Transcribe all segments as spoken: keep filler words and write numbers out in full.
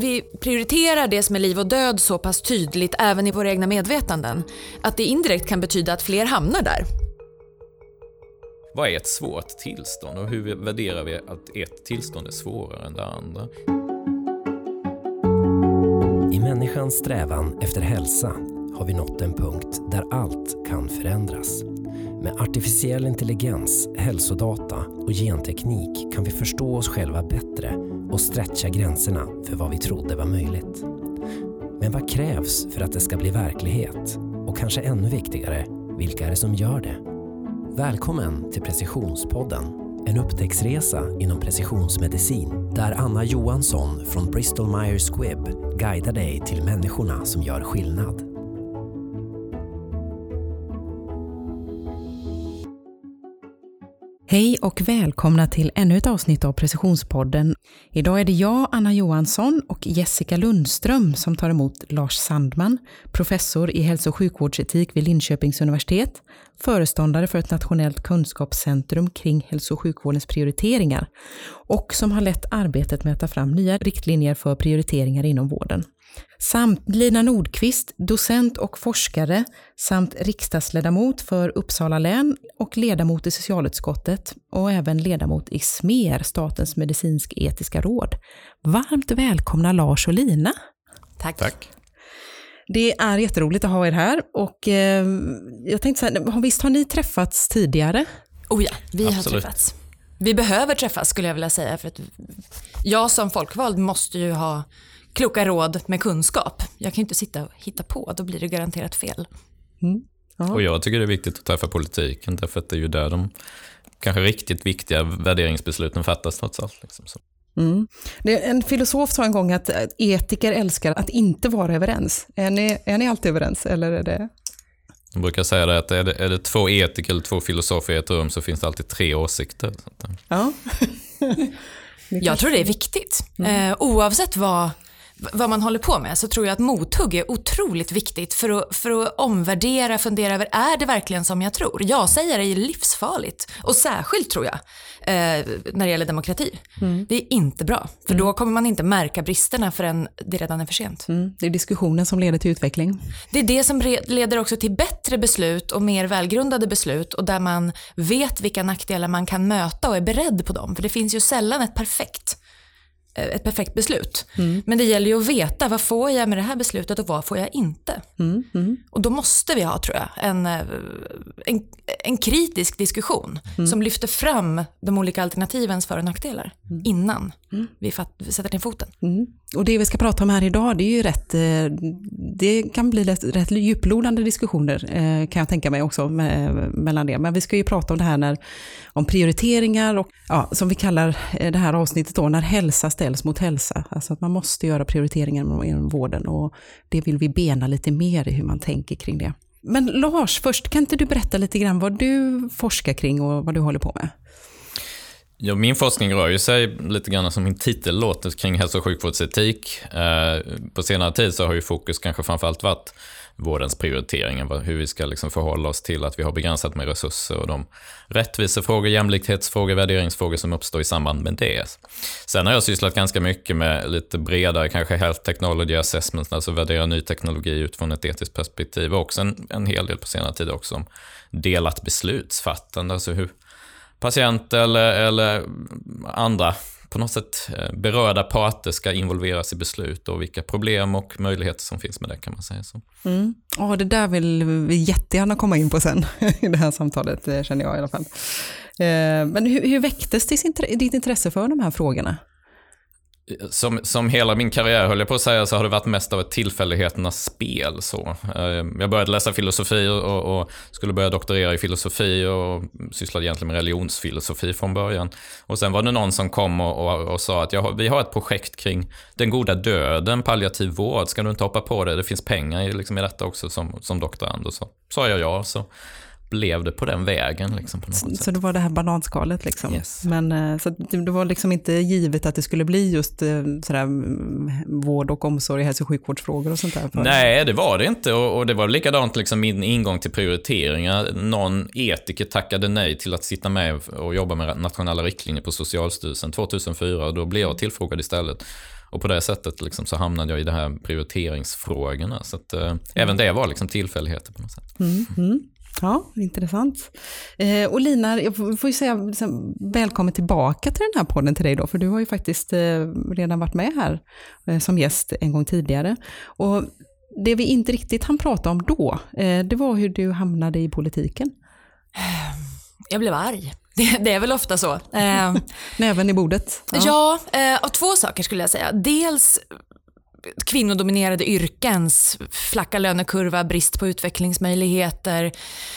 vi prioriterar det som är liv och död så pass tydligt även i våra egna medvetanden att det indirekt kan betyda att fler hamnar där. Vad är ett svårt tillstånd och hur värderar vi att ett tillstånd är svårare än det andra? I människans strävan efter hälsa har vi nått en punkt där allt kan förändras. Med artificiell intelligens, hälsodata och genteknik kan vi förstå oss själva bättre och stretcha gränserna för vad vi trodde var möjligt. Men vad krävs för att det ska bli verklighet? Och kanske ännu viktigare, vilka är det som gör det? Välkommen till Precisionspodden, en upptäcktsresa inom precisionsmedicin där Anna Johansson från Bristol Myers Squibb guidar dig till människorna som gör skillnad. Hej och välkomna till ännu ett avsnitt av Precisionspodden. Idag är det jag, Anna Johansson och Jessica Lundström som tar emot Lars Sandman, professor i hälso- och sjukvårdsetik vid Linköpings universitet, föreståndare för ett nationellt kunskapscentrum kring hälso- och sjukvårdens prioriteringar och som har lett arbetet med att ta fram nya riktlinjer för prioriteringar inom vården. Samt Lina Nordqvist, docent och forskare samt riksdagsledamot för Uppsala län och ledamot i socialutskottet och även ledamot i S M E R, Statens medicinsk-etiska råd. Varmt välkomna Lars och Lina. Tack. Tack. Det är jätteroligt att ha er här och eh, jag tänkte så här, visst har ni träffats tidigare? Oh ja, vi Absolut. har träffats. Vi behöver träffas skulle jag vilja säga för att jag som folkvald måste ju ha kloka råd med kunskap. Jag kan ju inte sitta och hitta på, då blir det garanterat fel. Mm. Ja. Och jag tycker det är viktigt att träffa politiken därför att det är ju där de kanske riktigt viktiga värderingsbesluten fattas trots allt. Liksom så. Mm. Det, en filosof sa en gång att etiker älskar att inte vara överens. Är ni, är ni alltid överens eller är det... Jag brukar säga det att är det, är det två etiker eller två filosofer i ett rum så finns det alltid tre åsikter. Ja. Jag tror det är viktigt. Mm. Eh, oavsett vad vad man håller på med så tror jag att mothugg är otroligt viktigt för att, för att omvärdera, fundera över, är det verkligen som jag tror? Jag säger det är livsfarligt och särskilt tror jag eh, när det gäller demokrati. Mm. Det är inte bra, för mm. då kommer man inte märka bristerna förrän det redan är för sent. Mm. Det är diskussionen som leder till utveckling. Det är det som re- leder också till bättre beslut och mer välgrundade beslut och där man vet vilka nackdelar man kan möta och är beredd på dem. För det finns ju sällan ett perfekt ett perfekt beslut. Mm. Men det gäller ju att veta vad får jag med det här beslutet och vad får jag inte. Mm. Mm. Och då måste vi ha, tror jag, en, en, en kritisk diskussion mm. som lyfter fram de olika alternativens för- och nackdelar mm. innan mm. vi, fatt, vi sätter ner foten. Mm. Och det vi ska prata om här idag, det är ju rätt, det kan bli rätt, rätt djuplodande diskussioner kan jag tänka mig också med, mellan det. Men vi ska ju prata om det här när, om prioriteringar och ja, som vi kallar det här avsnittet då, när hälsa ställs mot hälsa. Alltså att man måste göra prioriteringar inom vården och det vill vi bena lite mer i hur man tänker kring det. Men Lars, först kan inte du berätta lite grann vad du forskar kring och vad du håller på med? Ja, min forskning rör ju sig lite grann som min titel låter kring hälso- och sjukvårdsetik. Eh, på senare tid så har ju fokus kanske framförallt varit vårdens prioriteringar, hur vi ska liksom förhålla oss till att vi har begränsat med resurser och de rättvisefrågor, jämlikhetsfrågor, värderingsfrågor som uppstår i samband med det. Sen har jag sysslat ganska mycket med lite bredare, kanske health technology assessment, alltså värdera ny teknologi utifrån ett etiskt perspektiv och också en, en hel del på senare tid också om delat beslutsfattande, alltså hur patienter eller, eller andra på något sätt berörda parter ska involveras i beslut och vilka problem och möjligheter som finns med det, kan man säga så. Mm. Ja, det där vill vi jättegärna komma in på sen i det här samtalet, känner jag i alla fall. Men hur, hur väcktes ditt intresse för de här frågorna? Som, som hela min karriär, höll jag på att säga, så har det varit mest av ett tillfälligheternas spel. Så. Jag började läsa filosofi och, och skulle börja doktorera i filosofi och sysslade egentligen med religionsfilosofi från början. Och sen var det någon som kom och, och, och sa att jag, vi har ett projekt kring den goda döden, palliativ vård, ska du inte hoppa på det? Det finns pengar i, liksom, i detta också som, som doktorand. Och så sa jag ja, så blev det på den vägen. Liksom, på något så, sätt. Så det var det här bananskalet liksom. Yes. Men så det var liksom inte givet att det skulle bli just sådär vård och omsorg, hälso- och sjukvårdsfrågor och sånt där? Nej, det var det inte. Och, och det var likadant liksom min ingång till prioriteringar. Någon etiker tackade nej till att sitta med och jobba med nationella riktlinjer på Socialstyrelsen tjugohundrafyra. Och då blev jag tillfrågad istället. Och på det sättet liksom så hamnade jag i de här prioriteringsfrågorna. Så att, eh, även det var liksom tillfälligheter på något sätt. Mm, mm. Ja, intressant. Eh, och Lina, jag får ju säga liksom, välkommen tillbaka till den här podden till dig då, för du har ju faktiskt eh, redan varit med här eh, som gäst en gång tidigare. Och det vi inte riktigt hann prata om då, eh, det var hur du hamnade i politiken. Jag blev arg. Det, det är väl ofta så. Eh, Näven i bordet. ja, ja eh, och två saker skulle jag säga. Dels kvinnodominerade yrkens flacka lönekurva, brist på utvecklingsmöjligheter.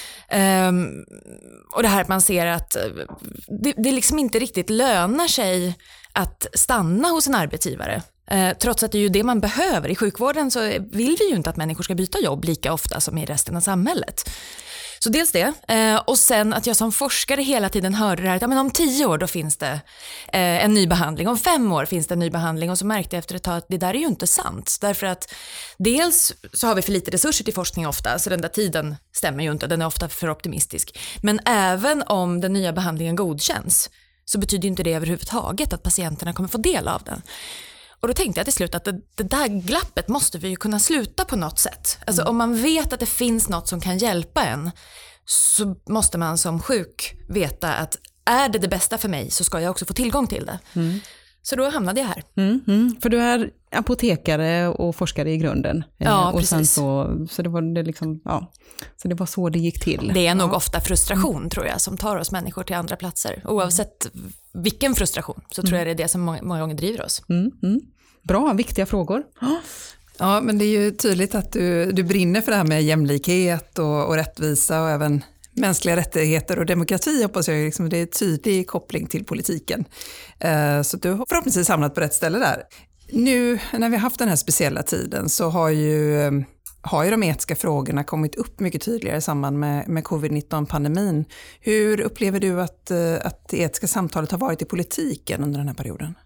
Um, och det här att man ser att det, det liksom inte riktigt lönar sig att stanna hos en arbetsgivare. Uh, trots att det är ju det man behöver. I sjukvården så vill vi ju inte att människor ska byta jobb lika ofta som i resten av samhället. Så dels det, eh, och sen att jag som forskare hela tiden hörde det här att ja, men om tio år då finns det eh, en ny behandling, om fem år finns det en ny behandling, och så märkte jag efter ett tag att det där är ju inte sant. Därför att dels så har vi för lite resurser till forskning ofta, så den där tiden stämmer ju inte, den är ofta för optimistisk. Men även om den nya behandlingen godkänns så betyder ju inte det överhuvudtaget att patienterna kommer få del av den. Och då tänkte jag till slut att det, det där glappet måste vi ju kunna sluta på något sätt. Alltså mm. om man vet att det finns något som kan hjälpa en, så måste man som sjuk veta att är det det bästa för mig så ska jag också få tillgång till det. Mm. Så då hamnade jag här. Mm, mm. För du är apotekare och forskare i grunden. Ja, och precis. Sen så, så, det var det liksom, ja, så det var så det gick till. Det är nog ja. ofta frustration mm. tror jag som tar oss människor till andra platser. Oavsett vilken frustration så tror jag det är det som många, många gånger driver oss. Mm, mm. Bra, viktiga frågor. Ja, men det är ju tydligt att du, du brinner för det här med jämlikhet och, och rättvisa och även mänskliga rättigheter och demokrati, hoppas jag. Liksom, det är en tydlig koppling till politiken. Uh, så du har förhoppningsvis hamnat på rätt ställe där. Nu när vi har haft den här speciella tiden så har ju, har ju de etiska frågorna kommit upp mycket tydligare i samband med, med covid nitton-pandemin. Hur upplever du att, att det etiska samtalet har varit i politiken under den här perioden?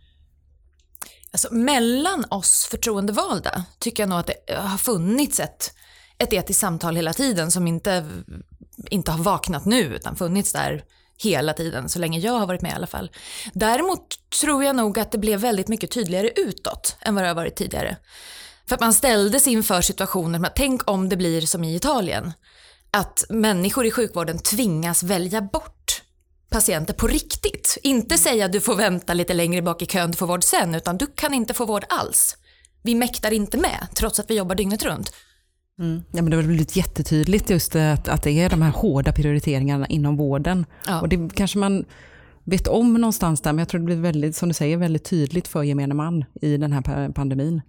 Alltså, mellan oss förtroendevalda tycker jag nog att det har funnits ett, ett etiskt samtal hela tiden som inte, inte har vaknat nu utan funnits där hela tiden, så länge jag har varit med i alla fall. Däremot tror jag nog att det blev väldigt mycket tydligare utåt än vad det har varit tidigare. För att man ställdes inför situationer med, tänk om det blir som i Italien, att människor i sjukvården tvingas välja bort patienter på riktigt. Inte säga att du får vänta lite längre bak i kön, du får vård sen, utan du kan inte få vård alls. Vi mäktar inte med, trots att vi jobbar dygnet runt. Mm. Ja, men det har blivit jättetydligt just att, att det är de här hårda prioriteringarna inom vården. Ja. Och det kanske man vet om någonstans där, men jag tror det blir väldigt, som du säger, väldigt tydligt för gemene man i den här pandemin.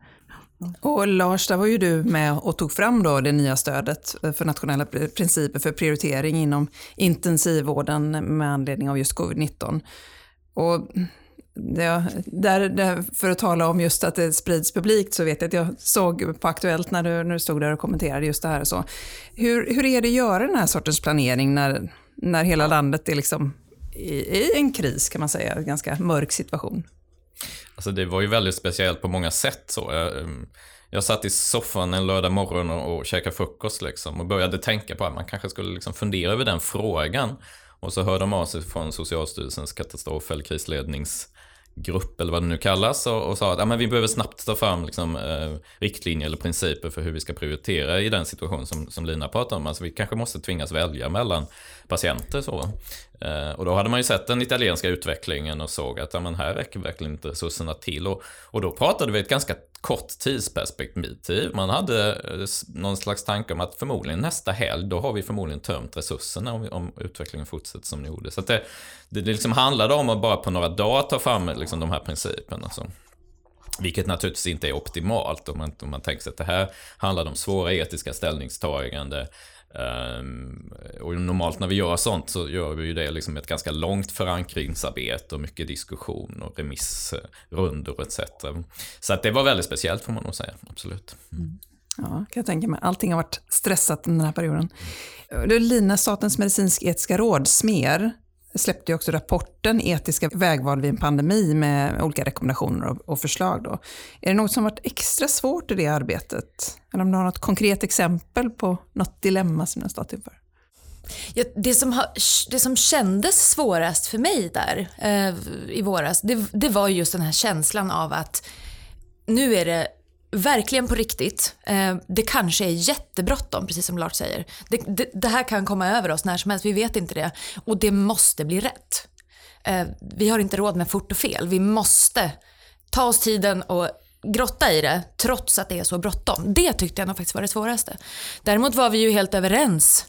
Och Lars, där var ju du med och tog fram då det nya stödet för nationella principer för prioritering inom intensivvården med anledning av just covid nitton. Och det, där, där, för att tala om just att det sprids publikt, så vet jag att jag såg på Aktuellt när du, när du stod där och kommenterade just det här. Och så. Hur, hur är det att göra den här sortens planering när, när hela landet är liksom i, i en kris, kan man säga, en ganska mörk situation? Alltså det var ju väldigt speciellt på många sätt. Så. Jag, jag satt i soffan en lördag morgon och, och käkade frukost liksom, och började tänka på att man kanske skulle liksom fundera över den frågan. Och så hörde de av sig från Socialstyrelsens katastrof- eller krisledningsgrupp eller vad det nu kallas, och, och sa att ja, men vi behöver snabbt ta fram liksom, eh, riktlinjer eller principer för hur vi ska prioritera i den situation som, som Lina pratar om. Alltså vi kanske måste tvingas välja mellan patienter. Så. Eh, och då hade man ju sett den italienska utvecklingen och såg att ja, men här räcker verkligen inte resurserna till. Och, och då pratade vi ett ganska kort tidsperspektiv. Man hade eh, någon slags tanke om att förmodligen nästa helg, då har vi förmodligen tömt resurserna om, om utvecklingen fortsätter som det gjorde. Så att det, det liksom handlade om att bara på några dagar ta fram liksom, de här principerna. Så. Vilket naturligtvis inte är optimalt om man, om man tänker sig att det här handlar om svåra etiska ställningstagande. Um, och normalt när vi gör sånt så gör vi ju det liksom ett ganska långt förankringsarbete och mycket diskussion och remissrundor et cetera. Så att det var väldigt speciellt, får man nog säga, absolut. Mm. Ja, kan jag tänka mig. Allting har varit stressat den här perioden. Mm. Lina, Statens medicinsk-etiska råd, S M E R, släppte ju också rapporten Etiska vägval vid en pandemi med olika rekommendationer och, och förslag då. Är det något som varit extra svårt i det arbetet? Eller om du har något konkret exempel på något dilemma som ni har stått inför? Ja, det, som har, det som kändes svårast för mig där eh, i våras, det, det var just den här känslan av att nu är det verkligen på riktigt. Eh, det kanske är jättebråttom, precis som Lars säger. Det, det, det här kan komma över oss när som helst, vi vet inte det. Och det måste bli rätt. Eh, vi har inte råd med fort och fel. Vi måste ta oss tiden och grotta i det, trots att det är så bråttom. Det tyckte jag nog faktiskt var det svåraste. Däremot var vi ju helt överens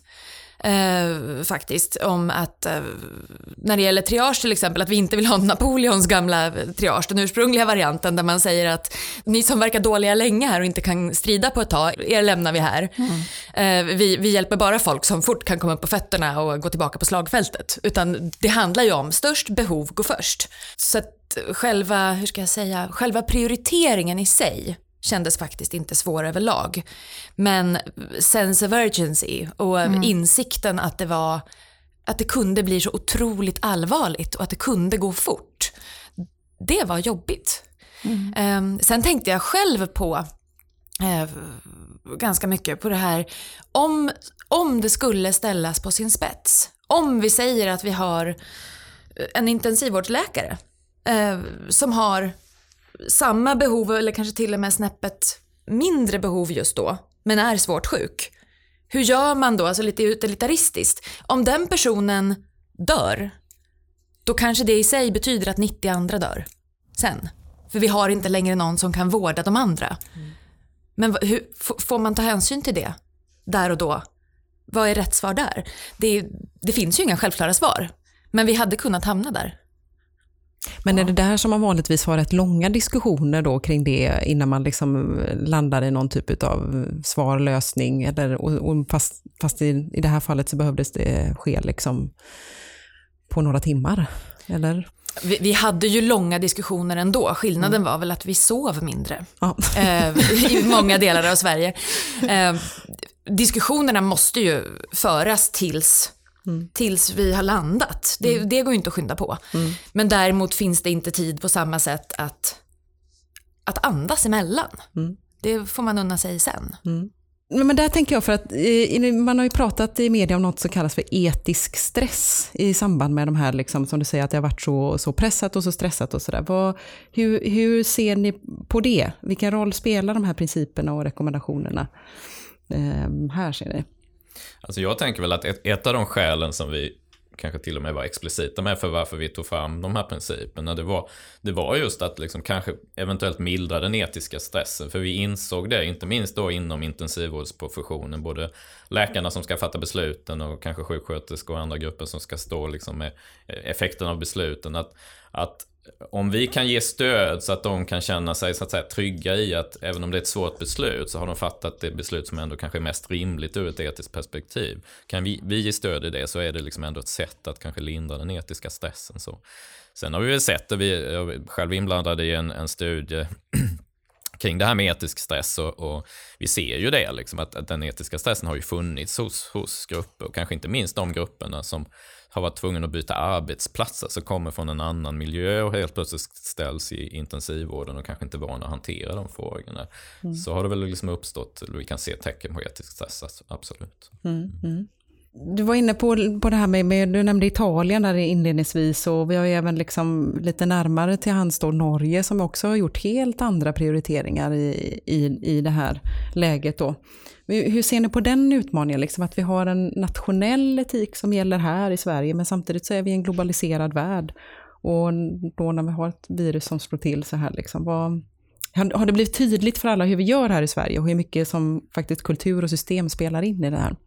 Eh, faktiskt om att eh, när det gäller triage till exempel, att vi inte vill ha Napoleons gamla triage, den ursprungliga varianten där man säger att ni som verkar dåliga länge här och inte kan strida på ett tag, er lämnar vi här. Mm. Eh, vi, vi hjälper bara folk som fort kan komma upp på fötterna och gå tillbaka på slagfältet, utan det handlar ju om störst behov går först. Så att själva, hur ska jag säga, själva prioriteringen i sig kändes faktiskt inte svår överlag. Men sense of urgency och mm. insikten att det var att det kunde bli så otroligt allvarligt och att det kunde gå fort. Det var jobbigt. Mm. Um, sen tänkte jag själv på uh, ganska mycket på det här om, om det skulle ställas på sin spets. Om vi säger att vi har en intensivvårdsläkare uh, som har samma behov eller kanske till och med snäppet mindre behov just då, men är svårt sjuk. Hur gör man då, alltså lite utilitaristiskt? Om den personen dör, då kanske det i sig betyder att nittio andra dör sen. För vi har inte längre någon som kan vårda de andra. Mm. Men hur, f- får man ta hänsyn till det där och då? Vad är rätt svar där? Det, det finns ju inga självklara svar, men vi hade kunnat hamna där. Men är det där som man vanligtvis har rätt långa diskussioner då kring det innan man liksom landar i någon typ av svarlösning? Eller, och, och fast fast i, i det här fallet så behövdes det ske liksom på några timmar, eller? Vi, vi hade ju långa diskussioner ändå. Skillnaden mm. var väl att vi sov mindre ja. eh, i många delar av Sverige. Eh, diskussionerna måste ju föras tills Mm. tills vi har landat. Det, mm. det går ju inte att skynda på. Mm. Men däremot finns det inte tid på samma sätt att, att andas emellan. Mm. Det får man unna sig sen. Mm. Men där tänker jag för att man har ju pratat i media om något som kallas för etisk stress i samband med de här, liksom, som du säger, att det har varit så, så pressat och så stressat och sådär. Hur, hur ser ni på det? Vilken roll spelar de här principerna och rekommendationerna? Um, här ser ni. Alltså jag tänker väl att ett, ett av de skälen som vi kanske till och med var explicita med för varför vi tog fram de här principerna, det var, det var just att liksom kanske eventuellt mildra den etiska stressen. För vi insåg det, inte minst då inom intensivvårdsprofessionen, både läkarna som ska fatta besluten och kanske sjuksköterskor och andra grupper som ska stå liksom med effekten av besluten, att, att om vi kan ge stöd så att de kan känna sig så att säga trygga i att även om det är ett svårt beslut så har de fattat det beslut som ändå kanske är mest rimligt ur ett etiskt perspektiv. Kan vi, vi ge stöd i det så är det liksom ändå ett sätt att kanske lindra den etiska stressen. Så. Sen har vi väl sett det, vi är själv inblandade i en, en studie kring det här med etisk stress och, och vi ser ju det liksom, att, att den etiska stressen har ju funnits hos, hos grupper och kanske inte minst de grupperna som har varit tvungen att byta arbetsplatser, så kommer från en annan miljö och helt plötsligt ställs i intensivvården och kanske inte vana att hantera de frågorna. Mm. Så har det väl liksom uppstått, vi kan se tecken på etisk stress, absolut. Mm. Mm. Du var inne på, på det här med, med, du nämnde Italien där inledningsvis, och vi har ju även liksom lite närmare till hands då Norge som också har gjort helt andra prioriteringar i, i, i det här läget då. Hur ser ni på den utmaningen, liksom, att vi har en nationell etik som gäller här i Sverige, men samtidigt så är vi en globaliserad värld, och då när vi har ett virus som slår till så här, liksom, vad, har det blivit tydligt för alla hur vi gör här i Sverige och hur mycket som faktiskt kultur och system spelar in i det här?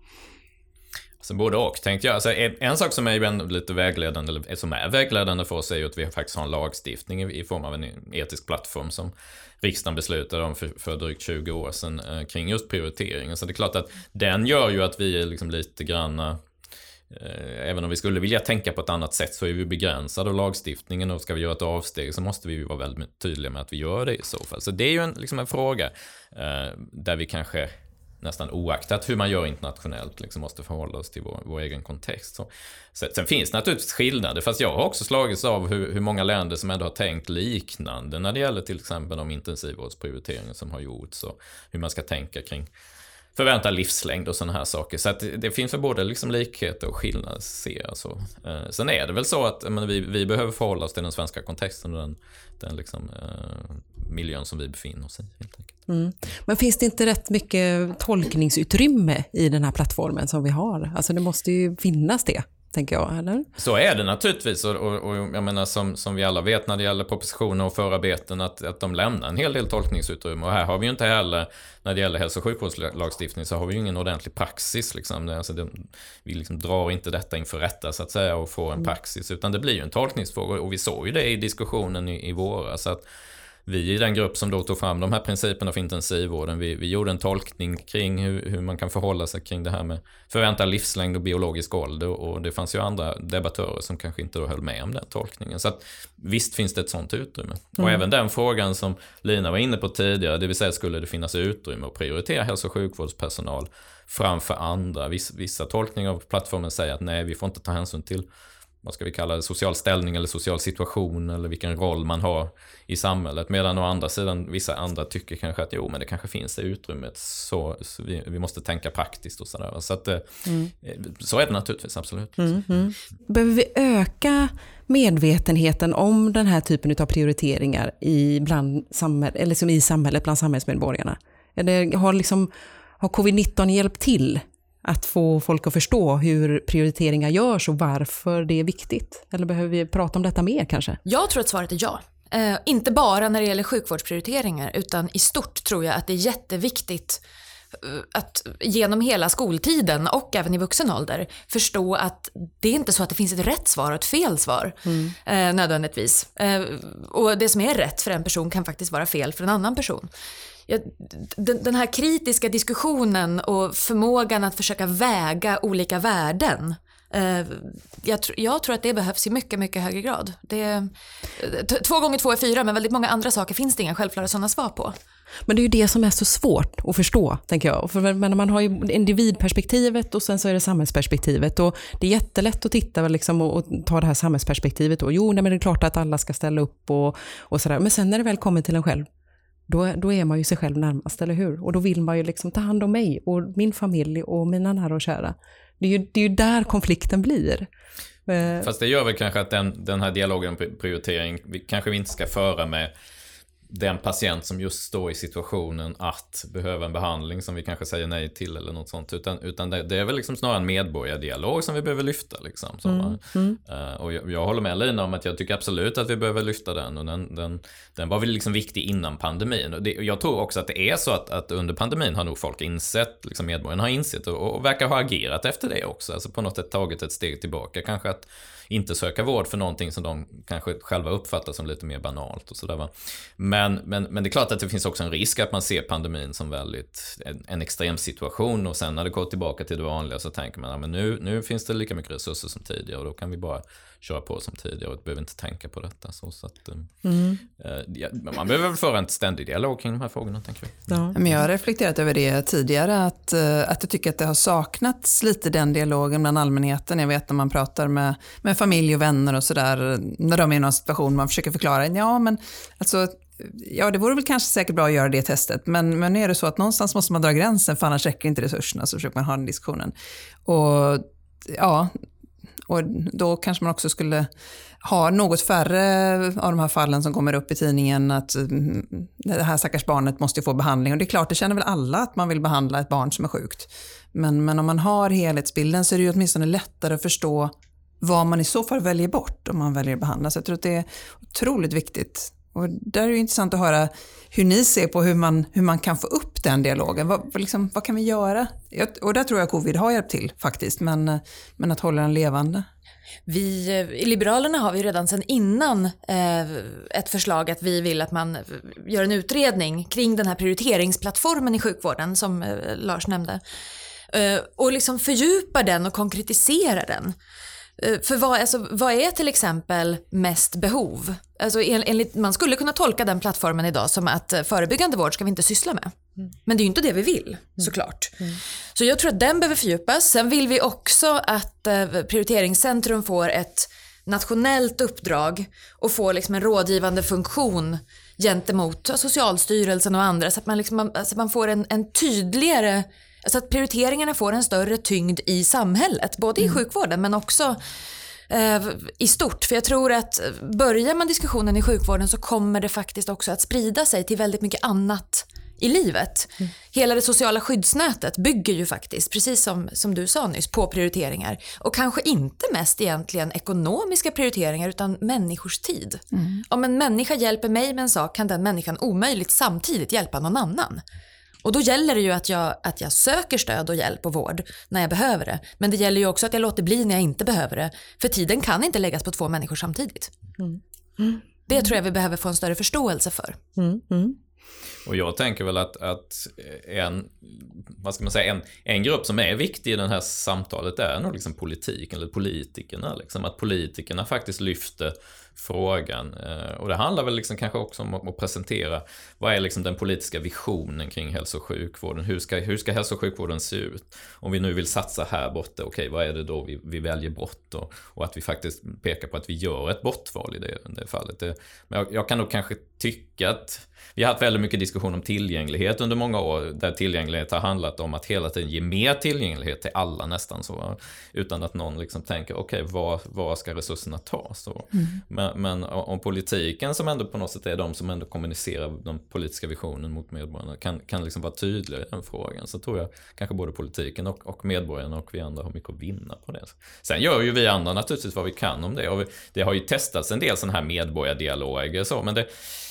Så både och, tänkte jag. Alltså en, en sak som är ju lite vägledande, eller som är vägledande för oss, är ju att vi faktiskt har en lagstiftning i, i form av en etisk plattform som riksdagen beslutade om för, för drygt tjugo år sedan eh, kring just prioriteringen. Så det är klart att den gör ju att vi är liksom lite granna, eh, även om vi skulle vilja tänka på ett annat sätt, så är vi begränsade av lagstiftningen, och ska vi göra ett avsteg så måste vi ju vara väldigt tydliga med att vi gör det i så fall. Så det är ju en, liksom en fråga eh, där vi kanske nästan oaktat hur man gör internationellt liksom måste förhålla oss till vår, vår egen kontext. Så, så, sen finns det naturligtvis skillnader, fast jag har också slagits av hur, hur många länder som ändå har tänkt liknande när det gäller till exempel de intensivvårdsprioriteringar som har gjorts, och hur man ska tänka kring förväntad livslängd och sådana här saker. Så att det, det finns väl både liksom likheter och skillnader. Så. Eh, sen är det väl så att men, vi, vi behöver förhålla oss till den svenska kontexten och den, den liksom, eh, miljön som vi befinner oss i. Helt enkelt. Mm. Men finns det inte rätt mycket tolkningsutrymme i den här plattformen som vi har? Alltså det måste ju finnas det, tänker jag, eller? Så är det naturligtvis, och, och, och jag menar som, som vi alla vet när det gäller propositioner och förarbeten att, att de lämnar en hel del tolkningsutrymme, och här har vi ju inte heller, när det gäller hälso- och sjukvårdslagstiftning så har vi ju ingen ordentlig praxis liksom. Det, alltså det, vi liksom drar inte detta inför rätta så att säga och får en praxis, utan det blir ju en tolkningsfråga, och vi såg ju det i diskussionen i, i våra, så att vi i den grupp som då tog fram de här principerna för intensivvården, vi, vi gjorde en tolkning kring hur, hur man kan förhålla sig kring det här med förväntad livslängd och biologisk ålder, och det fanns ju andra debattörer som kanske inte då höll med om den tolkningen. Så att visst finns det ett sånt utrymme. Mm. Och även den frågan som Lina var inne på tidigare, det vill säga skulle det finnas utrymme att prioritera hälso- och sjukvårdspersonal framför andra. Vissa, vissa tolkningar av plattformen säger att nej, vi får inte ta hänsyn till vad ska vi kalla det, social ställning eller social situation eller vilken roll man har i samhället, medan å andra sidan vissa andra tycker kanske att jo, men det kanske finns det utrymmet, så, så vi, vi måste tänka praktiskt och sådär. Så att mm. så är det naturligtvis, absolut. Mm, mm. Behöver vi öka medvetenheten om den här typen av prioriteringar i, bland samhäll, eller som i samhället bland samhällsmedborgarna? Eller har, liksom, har covid nitton hjälpt till att få folk att förstå hur prioriteringar görs och varför det är viktigt? Eller behöver vi prata om detta mer kanske? Jag tror att svaret är ja. Eh, inte bara när det gäller sjukvårdsprioriteringar, utan i stort tror jag att det är jätteviktigt att genom hela skoltiden och även i vuxen ålder förstå att det är inte så att det finns ett rätt svar och ett fel svar mm. eh, nödvändigtvis. Eh, och det som är rätt för en person kan faktiskt vara fel för en annan person. Ja, den, den här kritiska diskussionen och förmågan att försöka väga olika värden, eh, jag, tr- jag tror att det behövs i mycket, mycket högre grad. Det, t- två gånger två är fyra, men väldigt många andra saker finns det inga självklara sådana svar på. Men det är ju det som är så svårt att förstå, tänker jag. För men man har ju individperspektivet och sen så är det samhällsperspektivet. Och det är jättelätt att titta liksom, och, och ta det här samhällsperspektivet. Och jo, nej, men det är klart att alla ska ställa upp och, och sådär. Men sen när det väl kommer till en själv, Då, då är man ju sig själv närmast, eller hur? Och då vill man ju liksom ta hand om mig och min familj och mina nära och kära. Det är ju, det är ju där konflikten blir. Fast det gör väl kanske att den, den här dialogen om prioritering vi, kanske vi inte ska föra med den patient som just står i situationen att behöva en behandling som vi kanske säger nej till eller något sånt, utan, utan det, det är väl liksom snarare en medborgardialog som vi behöver lyfta liksom, så, mm, mm. Uh, och jag, jag håller med Lina om att jag tycker absolut att vi behöver lyfta den, och den, den, den var väl liksom viktig innan pandemin, och det, jag tror också att det är så att, att under pandemin har nog folk insett, liksom medborgarna har insett och, och verkar ha agerat efter det också, alltså på något sätt tagit ett steg tillbaka, kanske att inte söka vård för någonting som de kanske själva uppfattar som lite mer banalt och sådär, va. Men, men, men det är klart att det finns också en risk att man ser pandemin som väldigt en, en extrem situation, och sen när det går tillbaka till det vanliga så tänker man, ja, men nu, nu finns det lika mycket resurser som tidigare och då kan vi bara köra på som tidigare och behöver inte tänka på detta. Så, så att, mm. eh, ja, man behöver väl föra en ständig dialog kring de här frågorna, tänker jag. Ja. Men jag har reflekterat över det tidigare, att, att jag tycker att det har saknats lite den dialogen bland allmänheten. Jag vet när man pratar med, med familj och vänner och sådär, när de är i någon situation man försöker förklara, ja men alltså ja, det vore väl kanske säkert bra att göra det testet, men, men nu är det så att någonstans måste man dra gränsen, för annars räcker inte resurserna, så försöker man ha den diskussionen. Och ja, och då kanske man också skulle ha något färre av de här fallen som kommer upp i tidningen, att det här stackars barnet måste få behandling. Och det är klart, det känner väl alla att man vill behandla ett barn som är sjukt. Men, men om man har helhetsbilden så är det ju åtminstone lättare att förstå vad man i så fall väljer bort om man väljer att behandla. Så jag tror att det är otroligt viktigt. Och där är det intressant att höra hur ni ser på hur man, hur man kan få upp den dialogen. Vad, liksom, vad kan vi göra? Och där tror jag covid har hjälpt till faktiskt, men, men att hålla den levande. Vi i Liberalerna har vi redan sedan innan eh, ett förslag att vi vill att man gör en utredning kring den här prioriteringsplattformen i sjukvården som eh, Lars nämnde. Eh, och liksom fördjupa den och konkretisera den. För vad, alltså, vad är till exempel mest behov? Alltså, enligt, man skulle kunna tolka den plattformen idag som att förebyggande vård ska vi inte syssla med. Mm. Men det är ju inte det vi vill, såklart. Mm. Mm. Så jag tror att den behöver fördjupas. Sen vill vi också att eh, prioriteringscentrum får ett nationellt uppdrag och får liksom en rådgivande funktion gentemot Socialstyrelsen och andra, så att man, liksom, alltså man får en, en tydligare Så att prioriteringarna får en större tyngd i samhället, både i mm. sjukvården men också eh, i stort. För jag tror att börjar man diskussionen i sjukvården så kommer det faktiskt också att sprida sig till väldigt mycket annat i livet. Mm. Hela det sociala skyddsnätet bygger ju faktiskt, precis som, som du sa nyss, på prioriteringar. Och kanske inte mest egentligen ekonomiska prioriteringar utan människors tid. Mm. Om en människa hjälper mig med en sak kan den människan omöjligt samtidigt hjälpa någon annan. Och då gäller det ju att jag, att jag söker stöd och hjälp och vård när jag behöver det. Men det gäller ju också att jag låter bli när jag inte behöver det. För tiden kan inte läggas på två människor samtidigt. Mm. Mm. Det tror jag vi behöver få en större förståelse för. Mm. Mm. Och jag tänker väl att, att en, vad ska man säga, en, en grupp som är viktig i det här samtalet är nog liksom politiken eller politikerna. Liksom, att politikerna faktiskt lyfter frågan. Och det handlar väl liksom kanske också om att presentera vad är liksom den politiska visionen kring hälso- och sjukvården. Hur ska, hur ska hälso- och sjukvården se ut? Om vi nu vill satsa här borta, okej, vad är det då vi, vi väljer bort? Och, och att vi faktiskt pekar på att vi gör ett bortval i det, det fallet. Det, men jag, jag kan nog kanske tycka att vi har haft väldigt mycket diskussion om tillgänglighet under många år, där tillgänglighet har handlat om att hela tiden ge mer tillgänglighet till alla nästan så, utan att någon liksom tänker, okej, okay, var, var ska resurserna tas? Så. Mm. Men, men om politiken, som ändå på något sätt är de som ändå kommunicerar den politiska visionen mot medborgarna, kan, kan liksom vara tydliga i den frågan, så tror jag kanske både politiken och, och medborgarna och vi andra har mycket att vinna på det. Sen gör ju vi andra naturligtvis vad vi kan om det, och vi, det har ju testats en del sådana här medborgardialoger så, men det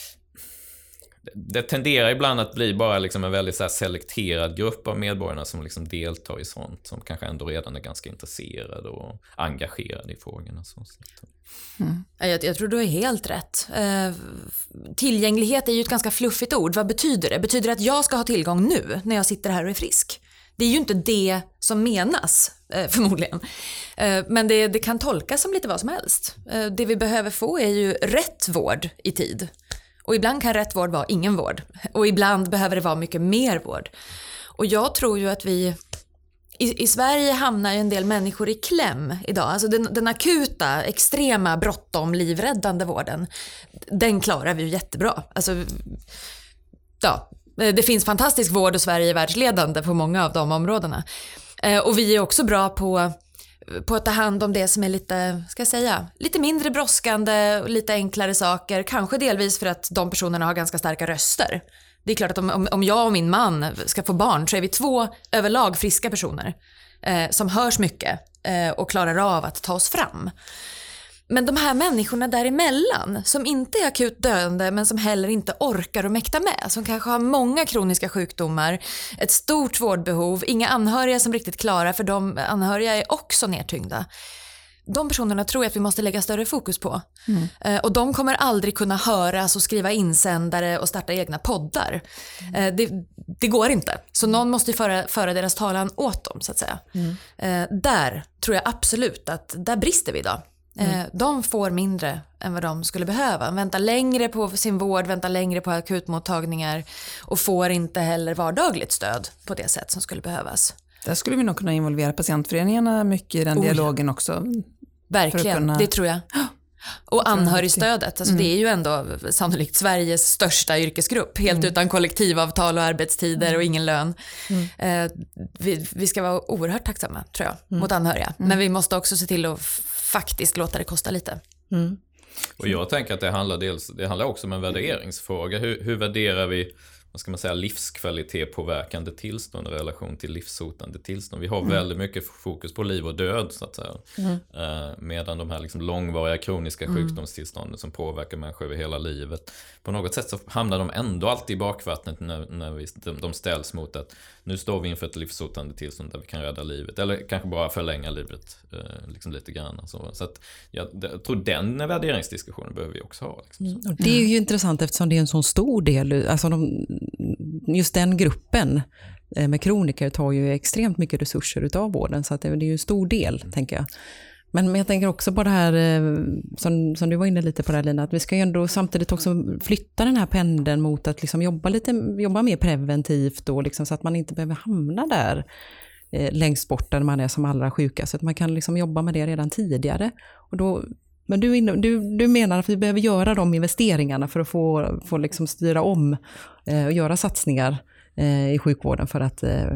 Det tenderar ibland att bli bara liksom en väldigt så här selekterad grupp av medborgarna som liksom deltar i sånt, som kanske ändå redan är ganska intresserade och engagerade i frågorna. Så. Mm. Jag, jag tror du är helt rätt. Eh, tillgänglighet är ju ett ganska fluffigt ord. Vad betyder det? Betyder det att jag ska ha tillgång nu när jag sitter här och är frisk? Det är ju inte det som menas, eh, förmodligen. Eh, men det, det kan tolkas som lite vad som helst. Eh, det vi behöver få är ju rätt vård i tid. Och ibland kan rätt vård vara ingen vård. Och ibland behöver det vara mycket mer vård. Och jag tror ju att vi i, i Sverige hamnar ju en del människor i kläm idag. Alltså den, den akuta, extrema, bråttom, livräddande vården, den klarar vi ju jättebra. Alltså, ja, det finns fantastisk vård och Sverige är världsledande på många av de områdena. Och vi är också bra på på att ta hand om det som är lite, ska jag säga, lite mindre brådskande och lite enklare saker. Kanske delvis för att de personerna har ganska starka röster. Det är klart att om, om jag och min man ska få barn så är vi två överlag friska personer eh, som hörs mycket eh, och klarar av att ta oss fram. Men de här människorna däremellan som inte är akut döende men som heller inte orkar och mäkta med, som kanske har många kroniska sjukdomar, ett stort vårdbehov, inga anhöriga som riktigt klarar, för de anhöriga är också nedtyngda. De personerna tror jag att vi måste lägga större fokus på. Mm. Och de kommer aldrig kunna höras och skriva insändare och starta egna poddar. Mm. Det, det går inte. Så någon måste föra, föra deras talan åt dem, så att säga. Mm. Där tror jag absolut att där brister vi idag. Mm. De får mindre än vad de skulle behöva. Vänta längre på sin vård, vänta längre på akutmottagningar och får inte heller vardagligt stöd på det sätt som skulle behövas. Där skulle vi nog kunna involvera patientföreningarna mycket i den oh, dialogen också. Verkligen, kunna... det tror jag. Och anhörigstödet, alltså mm. det är ju ändå sannolikt Sveriges största yrkesgrupp, helt mm. utan kollektivavtal och arbetstider mm. och ingen lön. Mm. Eh, vi, vi ska vara oerhört tacksamma, tror jag, mm. mot anhöriga. Mm. Men vi måste också se till att faktiskt låta det kosta lite. Mm. Och jag tänker att det handlar, dels, det handlar också om en värderingsfråga. Hur, hur värderar vi, vad ska man säga, livskvalitet påverkande tillstånd i relation till livshotande tillstånd? Vi har mm. väldigt mycket fokus på liv och död, så att säga. Mm. Eh, medan de här liksom långvariga kroniska mm. sjukdomstillstånden som påverkar människor över hela livet, på något sätt så hamnar de ändå alltid i bakvattnet när, när vi, de, de ställs mot att nu står vi inför ett livshotande tillstånd där vi kan rädda livet, eller kanske bara förlänga livet eh, liksom lite grann. Så, så att jag, jag tror den värderingsdiskussionen behöver vi också ha. Liksom. Mm. Det är ju intressant eftersom det är en sån stor del, alltså de, just den gruppen med kroniker tar ju extremt mycket resurser utav vården, så att det, det är ju en stor del, mm. tänker jag. Men, men jag tänker också på det här som, som du var inne lite på där, Lina, att vi ska ju ändå samtidigt också flytta den här pendeln mot att liksom jobba lite jobba mer preventivt då, liksom, så att man inte behöver hamna där eh, längst bort där man är som allra sjukast, så att man kan liksom jobba med det redan tidigare. Och då, men du, du, du menar att vi behöver göra de investeringarna för att få, få liksom styra om eh, och göra satsningar i sjukvården för att,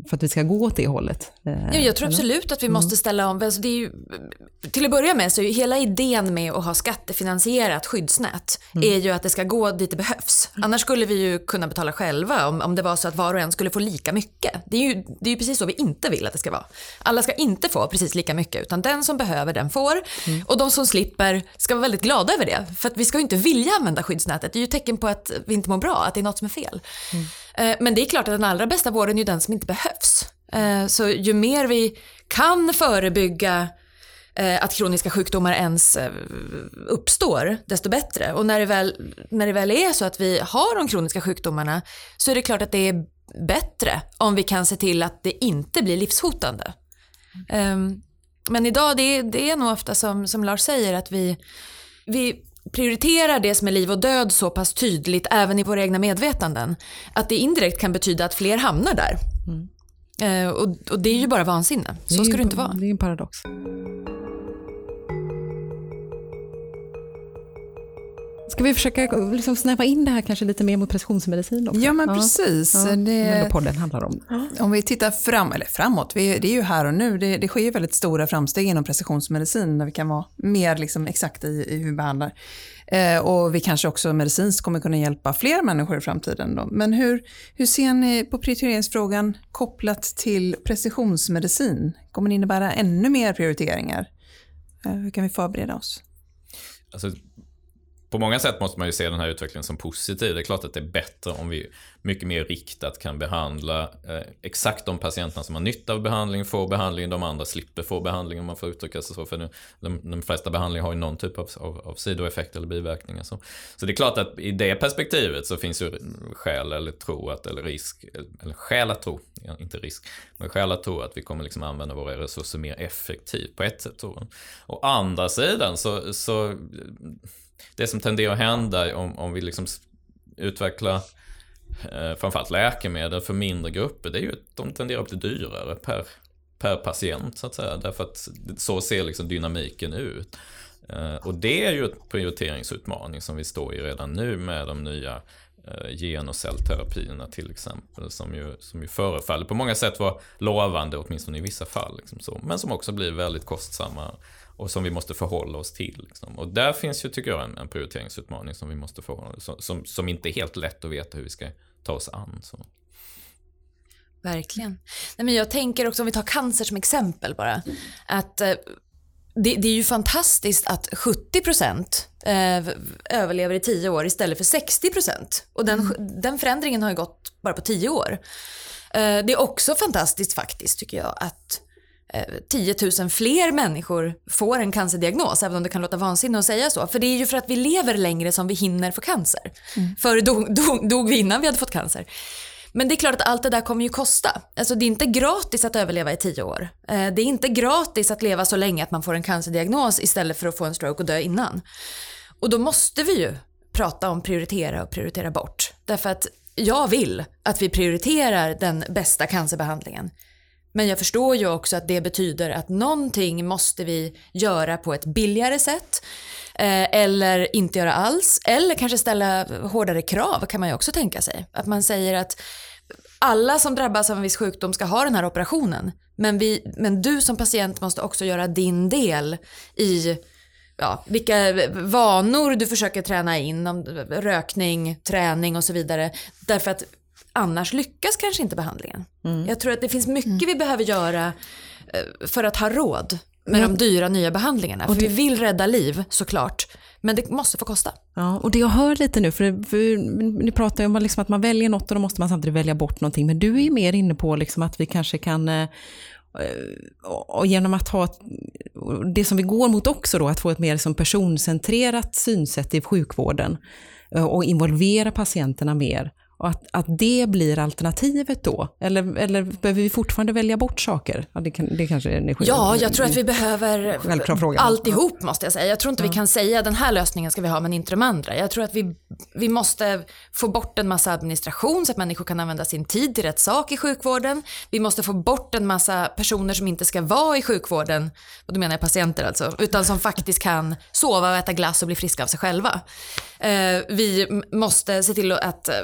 för att vi ska gå åt det hållet? Ja, jag tror absolut att vi måste ställa om. Alltså det är ju, till att börja med så är ju hela idén med att ha skattefinansierat skyddsnät mm. är ju att det ska gå dit det behövs. Mm. Annars skulle vi ju kunna betala själva om, om det var så att var och en skulle få lika mycket. Det är, ju, det är ju precis så vi inte vill att det ska vara. Alla ska inte få precis lika mycket, utan den som behöver den får. Mm. Och de som slipper ska vara väldigt glada över det. För att vi ska ju inte vilja använda skyddsnätet. Det är ju tecken på att vi inte mår bra, att det är något som är fel. Mm. Men det är klart att den allra bästa vården är ju den som inte behövs. Så ju mer vi kan förebygga att kroniska sjukdomar ens uppstår, desto bättre. Och när det väl, när det väl är så att vi har de kroniska sjukdomarna, så är det klart att det är bättre om vi kan se till att det inte blir livshotande. Mm. Men idag, det är, det är nog ofta som, som Lars säger, att vi, vi prioriterar det som är liv och död så pass tydligt även i våra egna medvetanden, att det indirekt kan betyda att fler hamnar där. Mm. Uh, och, och det är ju bara vansinne. Så ska det inte vara. Det är en paradox. Ska vi försöka liksom snäva in det här kanske lite mer mot precisionsmedicin också? Ja, men precis. Ja, det är podden handlar om. Om vi tittar fram, eller framåt, vi, det är ju här och nu. Det, det sker ju väldigt stora framsteg inom precisionsmedicin, där vi kan vara mer liksom exakt i, i hur vi behandlar. Eh, och vi kanske också medicinskt kommer kunna hjälpa fler människor i framtiden. Då. Men hur, hur ser ni på prioriteringsfrågan kopplat till precisionsmedicin? Kommer det innebära ännu mer prioriteringar? Eh, hur kan vi förbereda oss? Alltså, på många sätt måste man ju se den här utvecklingen som positiv. Det är klart att det är bättre om vi mycket mer riktat kan behandla eh, exakt de patienterna som har nytta av behandling, får behandling, de andra slipper få behandling, om man får uttrycka sig så. För nu, de, de flesta behandlingar har ju någon typ av, av, av sidoeffekt eller biverkningar. Så. så det är klart att i det perspektivet så finns ju skäl eller tro att, eller risk, eller skäl att tro, inte risk, men skäl att tro att vi kommer liksom använda våra resurser mer effektivt på ett sätt. Å andra sidan så, så det som tenderar att hända om, om vi liksom utvecklar eh, framförallt läkemedel för mindre grupper, det är ju att de tenderar att bli dyrare per, per patient så att säga, därför att så ser liksom dynamiken ut. Eh, och det är ju ett prioriteringsutmaning som vi står i redan nu med de nya eh, gen- och cellterapierna till exempel, som ju, som ju förefaller på många sätt vara lovande, åtminstone i vissa fall, liksom så, men som också blir väldigt kostsamma och som vi måste förhålla oss till. Liksom. Och där finns ju, tycker jag, en, en prioriteringsutmaning som vi måste förhålla oss, som, som inte är helt lätt att veta hur vi ska ta oss an. Så. Verkligen. Nej, men jag tänker också, om vi tar cancer som exempel bara, att eh, det, det är ju fantastiskt att sjuttio procent eh, överlever i tio år istället för sextio procent. Och den, mm. den förändringen har ju gått bara på tio år. Eh, det är också fantastiskt faktiskt, tycker jag, att tio tusen fler människor får en cancerdiagnos, även om det kan låta vansinnigt att säga så. För det är ju för att vi lever längre som vi hinner få cancer. Mm. Förr dog, dog, dog vi innan vi hade fått cancer. Men det är klart att allt det där kommer ju kosta. Alltså det är inte gratis att överleva i tio år. Det är inte gratis att leva så länge att man får en cancerdiagnos istället för att få en stroke och dö innan. Och då måste vi ju prata om prioritera och prioritera bort. Därför att jag vill att vi prioriterar den bästa cancerbehandlingen. Men jag förstår ju också att det betyder att någonting måste vi göra på ett billigare sätt. Eh, eller inte göra alls. Eller kanske ställa hårdare krav, kan man ju också tänka sig. Att man säger att alla som drabbas av en viss sjukdom ska ha den här operationen. Men, vi, men du som patient måste också göra din del i ja, vilka vanor du försöker träna in. Om rökning, träning och så vidare. Därför att annars lyckas kanske inte behandlingen. Mm. Jag tror att det finns mycket mm. vi behöver göra för att ha råd med mm. de dyra nya behandlingarna. För det... vi vill rädda liv, såklart. Men det måste få kosta. Ja, och det jag hör lite nu, för, för ni pratar ju om liksom att man väljer något och då måste man samtidigt välja bort någonting. Men du är ju mer inne på liksom att vi kanske kan, och genom att ha det som vi går mot också då, att få ett mer som personcentrerat synsätt i sjukvården och involvera patienterna mer. Och att, att det blir alternativet då? Eller, eller behöver vi fortfarande välja bort saker? Ja, det, kan, det kanske är en Ja, jag tror att vi behöver alltihop, måste jag säga. Jag tror inte ja. vi kan säga den här lösningen ska vi ha men inte de andra. Jag tror att vi, vi måste få bort en massa administration så att människor kan använda sin tid till rätt sak i sjukvården. Vi måste få bort en massa personer som inte ska vara i sjukvården, och då menar jag patienter alltså, utan som faktiskt kan sova och äta glass och bli friska av sig själva. Eh, vi måste se till att ha en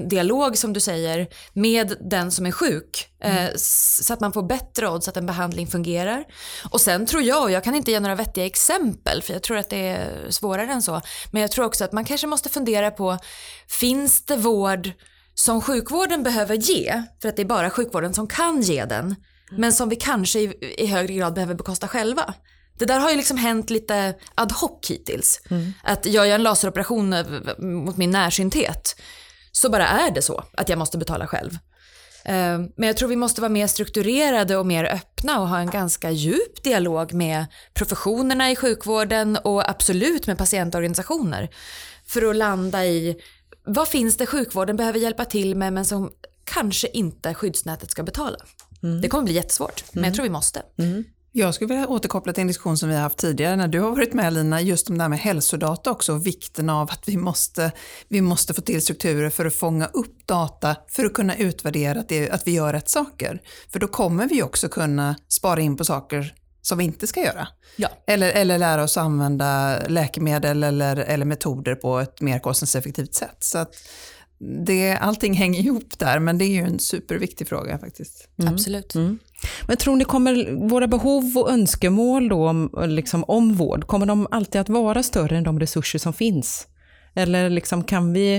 en dialog som du säger med den som är sjuk mm. eh, så att man får bättre odds att en behandling fungerar. Och sen tror jag, och jag kan inte ge några vettiga exempel för jag tror att det är svårare än så, men jag tror också att man kanske måste fundera på, finns det vård som sjukvården behöver ge, för att det är bara sjukvården som kan ge den, mm. men som vi kanske i, i högre grad behöver bekosta själva. Det där har ju liksom hänt lite ad hoc hittills. Mm. Att jag gör en laseroperation mot min närsynthet, så bara är det så att jag måste betala själv. Men jag tror vi måste vara mer strukturerade och mer öppna och ha en ganska djup dialog med professionerna i sjukvården och absolut med patientorganisationer för att landa i vad finns det sjukvården behöver hjälpa till med men som kanske inte skyddsnätet ska betala. Mm. Det kommer bli jättesvårt, men jag tror vi måste. Mm. Jag skulle vilja återkoppla till en diskussion som vi har haft tidigare när du har varit med, Lina, just om det här med hälsodata också och vikten av att vi måste, vi måste få till strukturer för att fånga upp data för att kunna utvärdera att, det, att vi gör rätt saker. För då kommer vi också kunna spara in på saker som vi inte ska göra. Ja. Eller, eller lära oss använda läkemedel eller, eller metoder på ett mer kostnadseffektivt sätt. Så att det, allting hänger ihop där, men det är ju en superviktig fråga faktiskt. Mm. Absolut. Mm. Men tror ni kommer våra behov och önskemål då om, liksom, om vård, kommer de alltid att vara större än de resurser som finns? Eller liksom kan vi,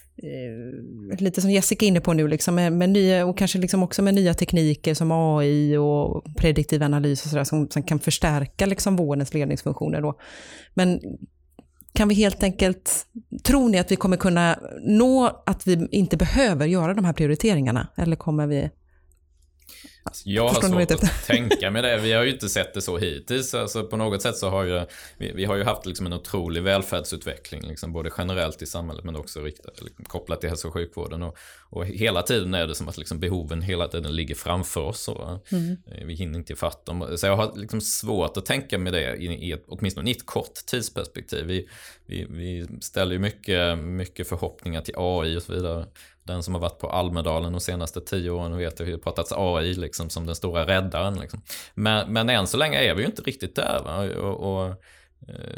eh, lite som Jessica är inne på nu, liksom, med, med nya, och kanske liksom också med nya tekniker som A I och prediktiv analys och sådär, som, som kan förstärka liksom vårdens ledningsfunktioner då. Men kan vi helt enkelt, tror ni att vi kommer kunna nå att vi inte behöver göra de här prioriteringarna? Eller kommer vi... Jag har svårt att tänka med det. Vi har ju inte sett det så hittills. Alltså på något sätt så har ju, vi, vi har ju haft liksom en otrolig välfärdsutveckling liksom både generellt i samhället men också riktat, liksom, kopplat till hälso- och sjukvården. Och, och hela tiden är det som att liksom behoven hela tiden ligger framför oss. Och, mm. Vi hinner inte ifatt dem. Så jag har liksom svårt att tänka med det i, i ett, åtminstone i ett kort tidsperspektiv. Vi, vi, vi ställer ju mycket, mycket förhoppningar till A I och så vidare. Den som har varit på Almedalen de senaste tio åren vet hur det pratats A I liksom, som den stora räddaren. Liksom. Men, men än så länge är vi ju inte riktigt där. Va? Och, och, eh,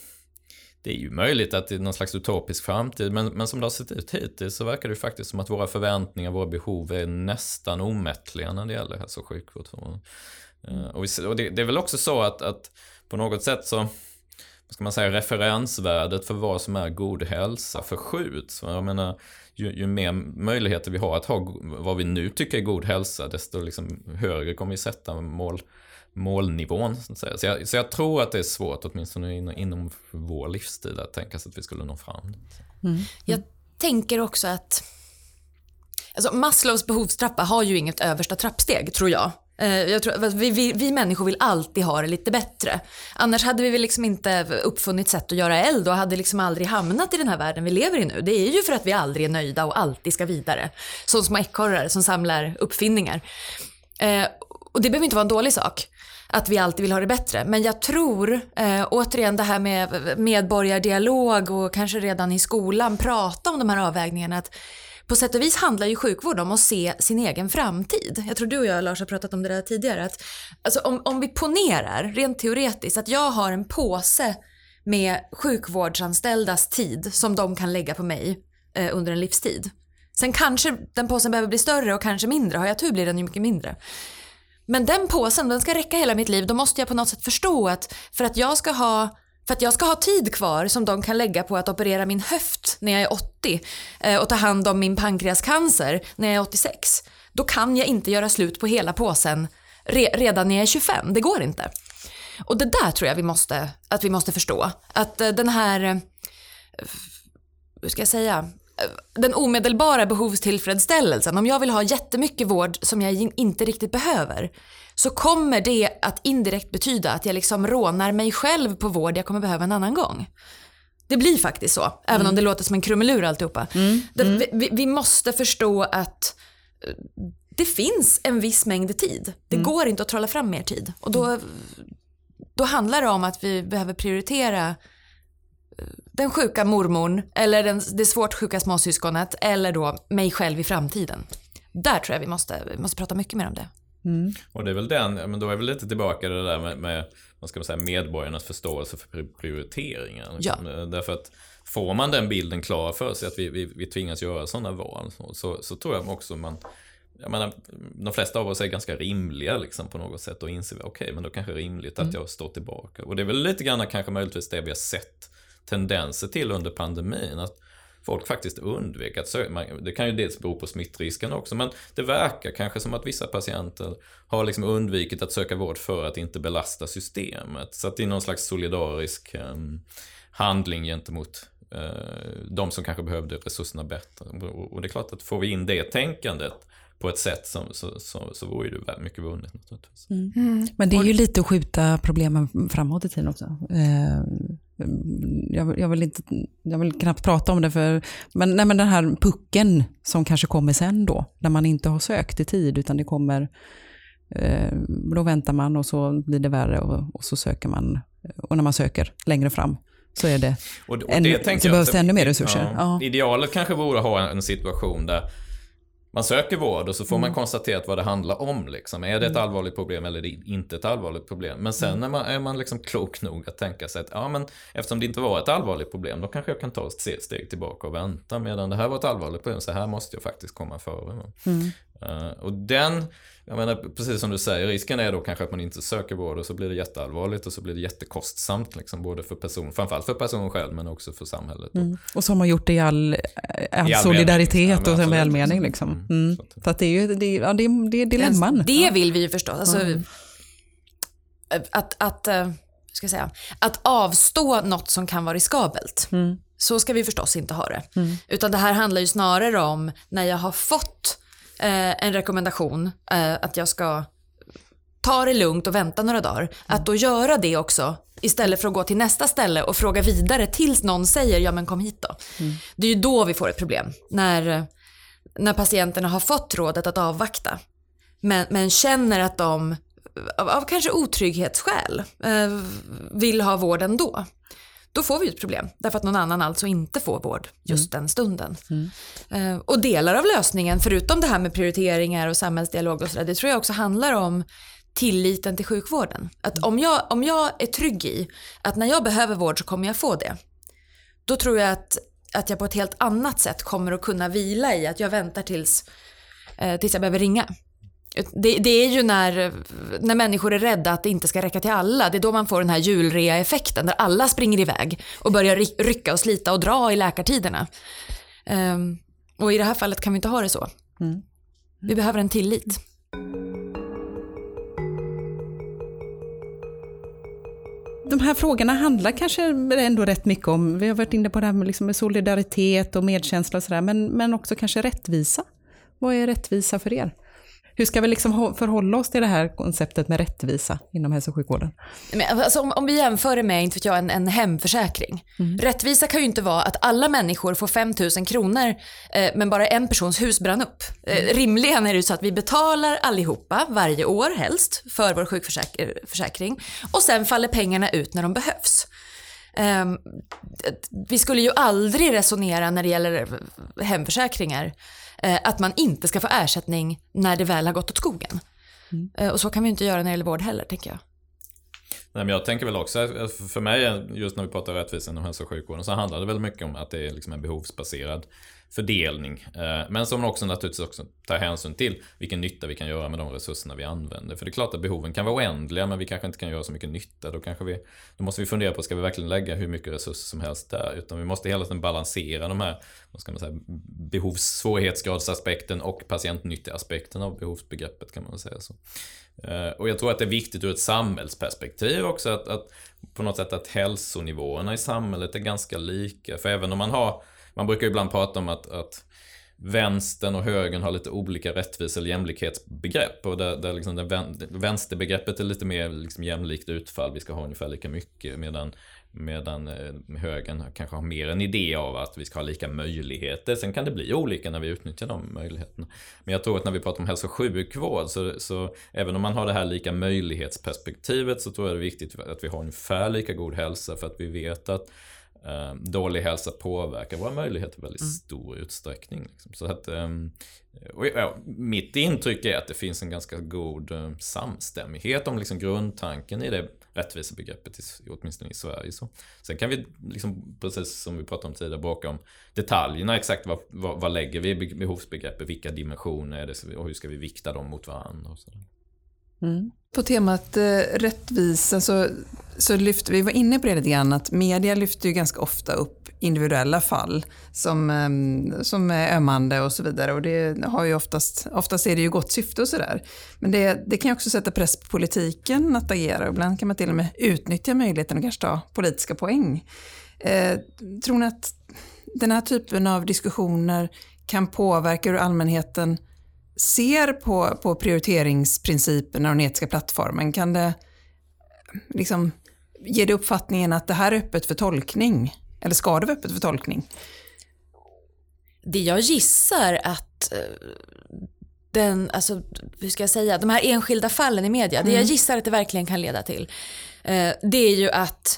det är ju möjligt att det är någon slags utopisk framtid. Men, men som det har sett ut hittills så verkar det ju faktiskt som att våra förväntningar, våra behov är nästan omättliga när det gäller hälso- och sjukvård. Eh, och vi, och det, det är väl också så att, att på något sätt så ska man säga referensvärdet för vad som är god hälsa förskjuts. Jag menar, ju, ju mer möjligheter vi har att ha vad vi nu tycker är god hälsa, desto liksom högre kommer vi sätta mål, målnivån. Så, att säga. Så, jag, så jag tror att det är svårt, åtminstone in, inom vår livsstil, att tänka sig att vi skulle nå fram. Mm. Jag tänker också att alltså Maslows behovstrappa har ju inget översta trappsteg, tror jag. Jag tror, vi, vi, vi människor vill alltid ha det lite bättre. Annars hade vi väl liksom inte uppfunnit sätt att göra eld och hade liksom aldrig hamnat i den här världen vi lever i nu. Det är ju för att vi aldrig är nöjda och alltid ska vidare. Som små ekorrar som samlar uppfinningar. Eh, och det behöver inte vara en dålig sak att vi alltid vill ha det bättre. Men jag tror, eh, återigen det här med medborgardialog och kanske redan i skolan prata om de här avvägningarna, att på sätt och vis handlar ju sjukvård om att se sin egen framtid. Jag tror du och jag, Lars, har pratat om det där tidigare. Att, alltså, om, om vi ponerar, rent teoretiskt, att jag har en påse med sjukvårdsanställdas tid som de kan lägga på mig eh, under en livstid. Sen kanske den påsen behöver bli större och kanske mindre. Har jag tur blir den ju mycket mindre. Men den påsen, den ska räcka hela mitt liv. Då måste jag på något sätt förstå att för att jag ska ha... För att jag ska ha tid kvar som de kan lägga på att operera min höft när jag är åttio och ta hand om min pankreascancer när jag är åttiosex. Då kan jag inte göra slut på hela påsen re- redan när jag är tjugofem. Det går inte. Och det där tror jag vi måste, att vi måste förstå. Att den här, hur ska jag säga, den omedelbara behovstillfredsställelsen. Om jag vill ha jättemycket vård som jag inte riktigt behöver, så kommer det att indirekt betyda att jag liksom rånar mig själv på vård jag kommer behöva en annan gång. Det blir faktiskt så, även mm. om det låter som en krumelur alltihopa. Mm. Mm. Det, vi, vi måste förstå att det finns en viss mängd tid. Det mm. går inte att trolla fram mer tid. Och då, då handlar det om att vi behöver prioritera den sjuka mormorn eller den, det svårt sjuka småsyskonet eller då mig själv i framtiden. Där tror jag vi måste, vi måste prata mycket mer om det. Mm. Och det är väl den, men då är vi lite tillbaka det där med, med vad ska man säga, medborgarnas förståelse för prioriteringar. Ja. Därför att får man den bilden klar för sig att vi, vi, vi tvingas göra sådana val så, så, så tror jag också man, jag menar, de flesta av oss är ganska rimliga liksom, på något sätt och inser okej, okay, men då kanske det är rimligt att jag står tillbaka. Och det är väl lite grann kanske möjligtvis det vi har sett tendenser till under pandemin, att folk faktiskt undvek att söka. Det kan ju dels bero på smittrisken också, men det verkar kanske som att vissa patienter har liksom undvikit att söka vård för att inte belasta systemet. Så att det är någon slags solidarisk um, handling gentemot uh, de som kanske behövde resurserna bättre. Och, och det är klart att får vi in det tänkandet på ett sätt som, så, så, så vore det mycket vunnet naturligtvis. Mm. Mm. Men det är ju lite att skjuta problemen framåt i tiden också. Eh, jag, jag, vill inte, jag vill knappt prata om det, för, men, nej, men den här pucken som kanske kommer sen då, när man inte har sökt i tid utan det kommer, eh, då väntar man och så blir det värre och, och så söker man, och när man söker längre fram så är det, och, och en, det så behövs det ännu mer resurser. Ja, ja. Idealet kanske vore att ha en situation där man söker vård och så får mm. man konstatera vad det handlar om. Liksom. Är det ett allvarligt problem eller är det inte ett allvarligt problem? Men sen mm. är man, är man liksom klok nog att tänka sig att ja, men eftersom det inte var ett allvarligt problem, då kanske jag kan ta ett steg tillbaka och vänta, medan det här var ett allvarligt problem, så här måste jag faktiskt komma före. Mm. Uh, och den, jag menar, precis som du säger, risken är då kanske att man inte söker vård och så blir det jätteallvarligt och så blir det jättekostsamt liksom, både för person, framförallt för personen själv men också för samhället. Mm. Och så har man gjort det i all, all, I all solidaritet ja, och välmening liksom. Mm. Så, så att det är ju det, ja, det, är, det är dilemman. Det vill vi ju förstå. Alltså, mm. att, att, ska jag säga, att avstå något som kan vara riskabelt. Mm. Så ska vi förstås inte ha det. Mm. Utan det här handlar ju snarare om när jag har fått eh, en rekommendation eh, att jag ska ta det lugnt och vänta några dagar. Mm. Att då göra det också istället för att gå till nästa ställe och fråga vidare tills någon säger ja men kom hit då. Mm. Det är ju då vi får ett problem. När, när patienterna har fått rådet att avvakta men, men känner att de av, av kanske otrygghetsskäl eh, vill ha vård ändå. Då får vi ett problem. Därför att någon annan alltså inte får vård just mm. den stunden. Mm. Uh, och delar av lösningen, förutom det här med prioriteringar och samhällsdialog och sådär, det tror jag också handlar om tilliten till sjukvården. Att om jag, om jag är trygg i att när jag behöver vård så kommer jag få det. Då tror jag att, att jag på ett helt annat sätt kommer att kunna vila i att jag väntar tills, uh, tills jag behöver ringa. Det, det är ju när, när människor är rädda att det inte ska räcka till alla. Det är då man får den här julrea-effekten där alla springer iväg och börjar rycka och slita och dra i läkartiderna. Um, och i det här fallet kan vi inte ha det så. Mm. Vi behöver en tillit. De här frågorna handlar kanske ändå rätt mycket om, vi har varit inne på det här med, liksom med solidaritet och medkänsla och sådär, men, men också kanske rättvisa. Vad är rättvisa för er? Hur ska vi liksom förhålla oss till det här konceptet med rättvisa inom hälso- och sjukvården? Men alltså, om, om vi jämför det med inte vet jag, en, en hemförsäkring. Mm. Rättvisa kan ju inte vara att alla människor får fem tusen kronor eh, men bara en persons hus brann upp. Mm. Eh, rimligen är det så att vi betalar allihopa varje år helst för vår sjukförsäkring och sen faller pengarna ut när de behövs. Um, vi skulle ju aldrig resonera när det gäller hemförsäkringar uh, att man inte ska få ersättning när det väl har gått åt skogen. Mm. Uh, och så kan vi inte göra när det gäller vård heller, tänker jag. Nej, men jag tänker väl också, för mig just när vi pratar rättvisa inom hälso- och sjukvården så handlar det väldigt mycket om att det är liksom en behovsbaserad fördelning. Men som också naturligtvis också tar hänsyn till vilken nytta vi kan göra med de resurserna vi använder. För det är klart att behoven kan vara oändliga men vi kanske inte kan göra så mycket nytta. Då, kanske vi, då måste vi fundera på, ska vi verkligen lägga hur mycket resurser som helst där? Utan vi måste hela tiden balansera de här, vad ska man säga, behovssvårighetsgradsaspekten och patientnytteaspekten av behovsbegreppet, kan man säga så. Och jag tror att det är viktigt ur ett samhällsperspektiv också att, att på något sätt att hälsonivåerna i samhället är ganska lika. För även om man har, man brukar ibland prata om att, att vänstern och högern har lite olika rättvise- eller jämlikhetsbegrepp och där, där liksom det vänsterbegreppet är lite mer liksom jämlikt utfall, vi ska ha ungefär lika mycket, medan, medan högern kanske har mer en idé av att vi ska ha lika möjligheter. Sen kan det bli olika när vi utnyttjar de möjligheterna. Men jag tror att när vi pratar om hälso- och sjukvård så, så även om man har det här lika möjlighetsperspektivet så tror jag det är viktigt att vi har ungefär lika god hälsa, för att vi vet att eh, dålig hälsa påverkar våra möjligheter i väldigt mm. stor utsträckning. Liksom. Så att, eh, och, ja, mitt intryck är att det finns en ganska god eh, samstämmighet om liksom, grundtanken i det rättvisebegreppet, åtminstone i Sverige. Så. Sen kan vi, liksom, precis som vi pratade om tidigare, bråka om detaljerna, exakt vad, vad, vad lägger vi i behovsbegreppet, vilka dimensioner är det och hur ska vi vikta dem mot varandra och sådär. Mm. På temat eh, rättvisa så, så lyfter vi, var inne på det lite grann, att media lyfter ju ganska ofta upp individuella fall som, eh, som är ömmande och så vidare, och det har ju oftast, oftast är det ju gott syfte och sådär. Men det, det kan ju också sätta press på politiken att agera, och ibland kan man till och med utnyttja möjligheten att kanske ta politiska poäng. Eh, tror ni att den här typen av diskussioner kan påverka hur allmänheten ser på, på prioriteringsprinciperna och den etiska plattformen? Kan det liksom ge det uppfattningen att det här är öppet för tolkning? Eller ska det vara öppet för tolkning? Det jag gissar att den, alltså, hur ska jag säga, de här enskilda fallen i media, mm. det jag gissar att det verkligen kan leda till, det är ju att,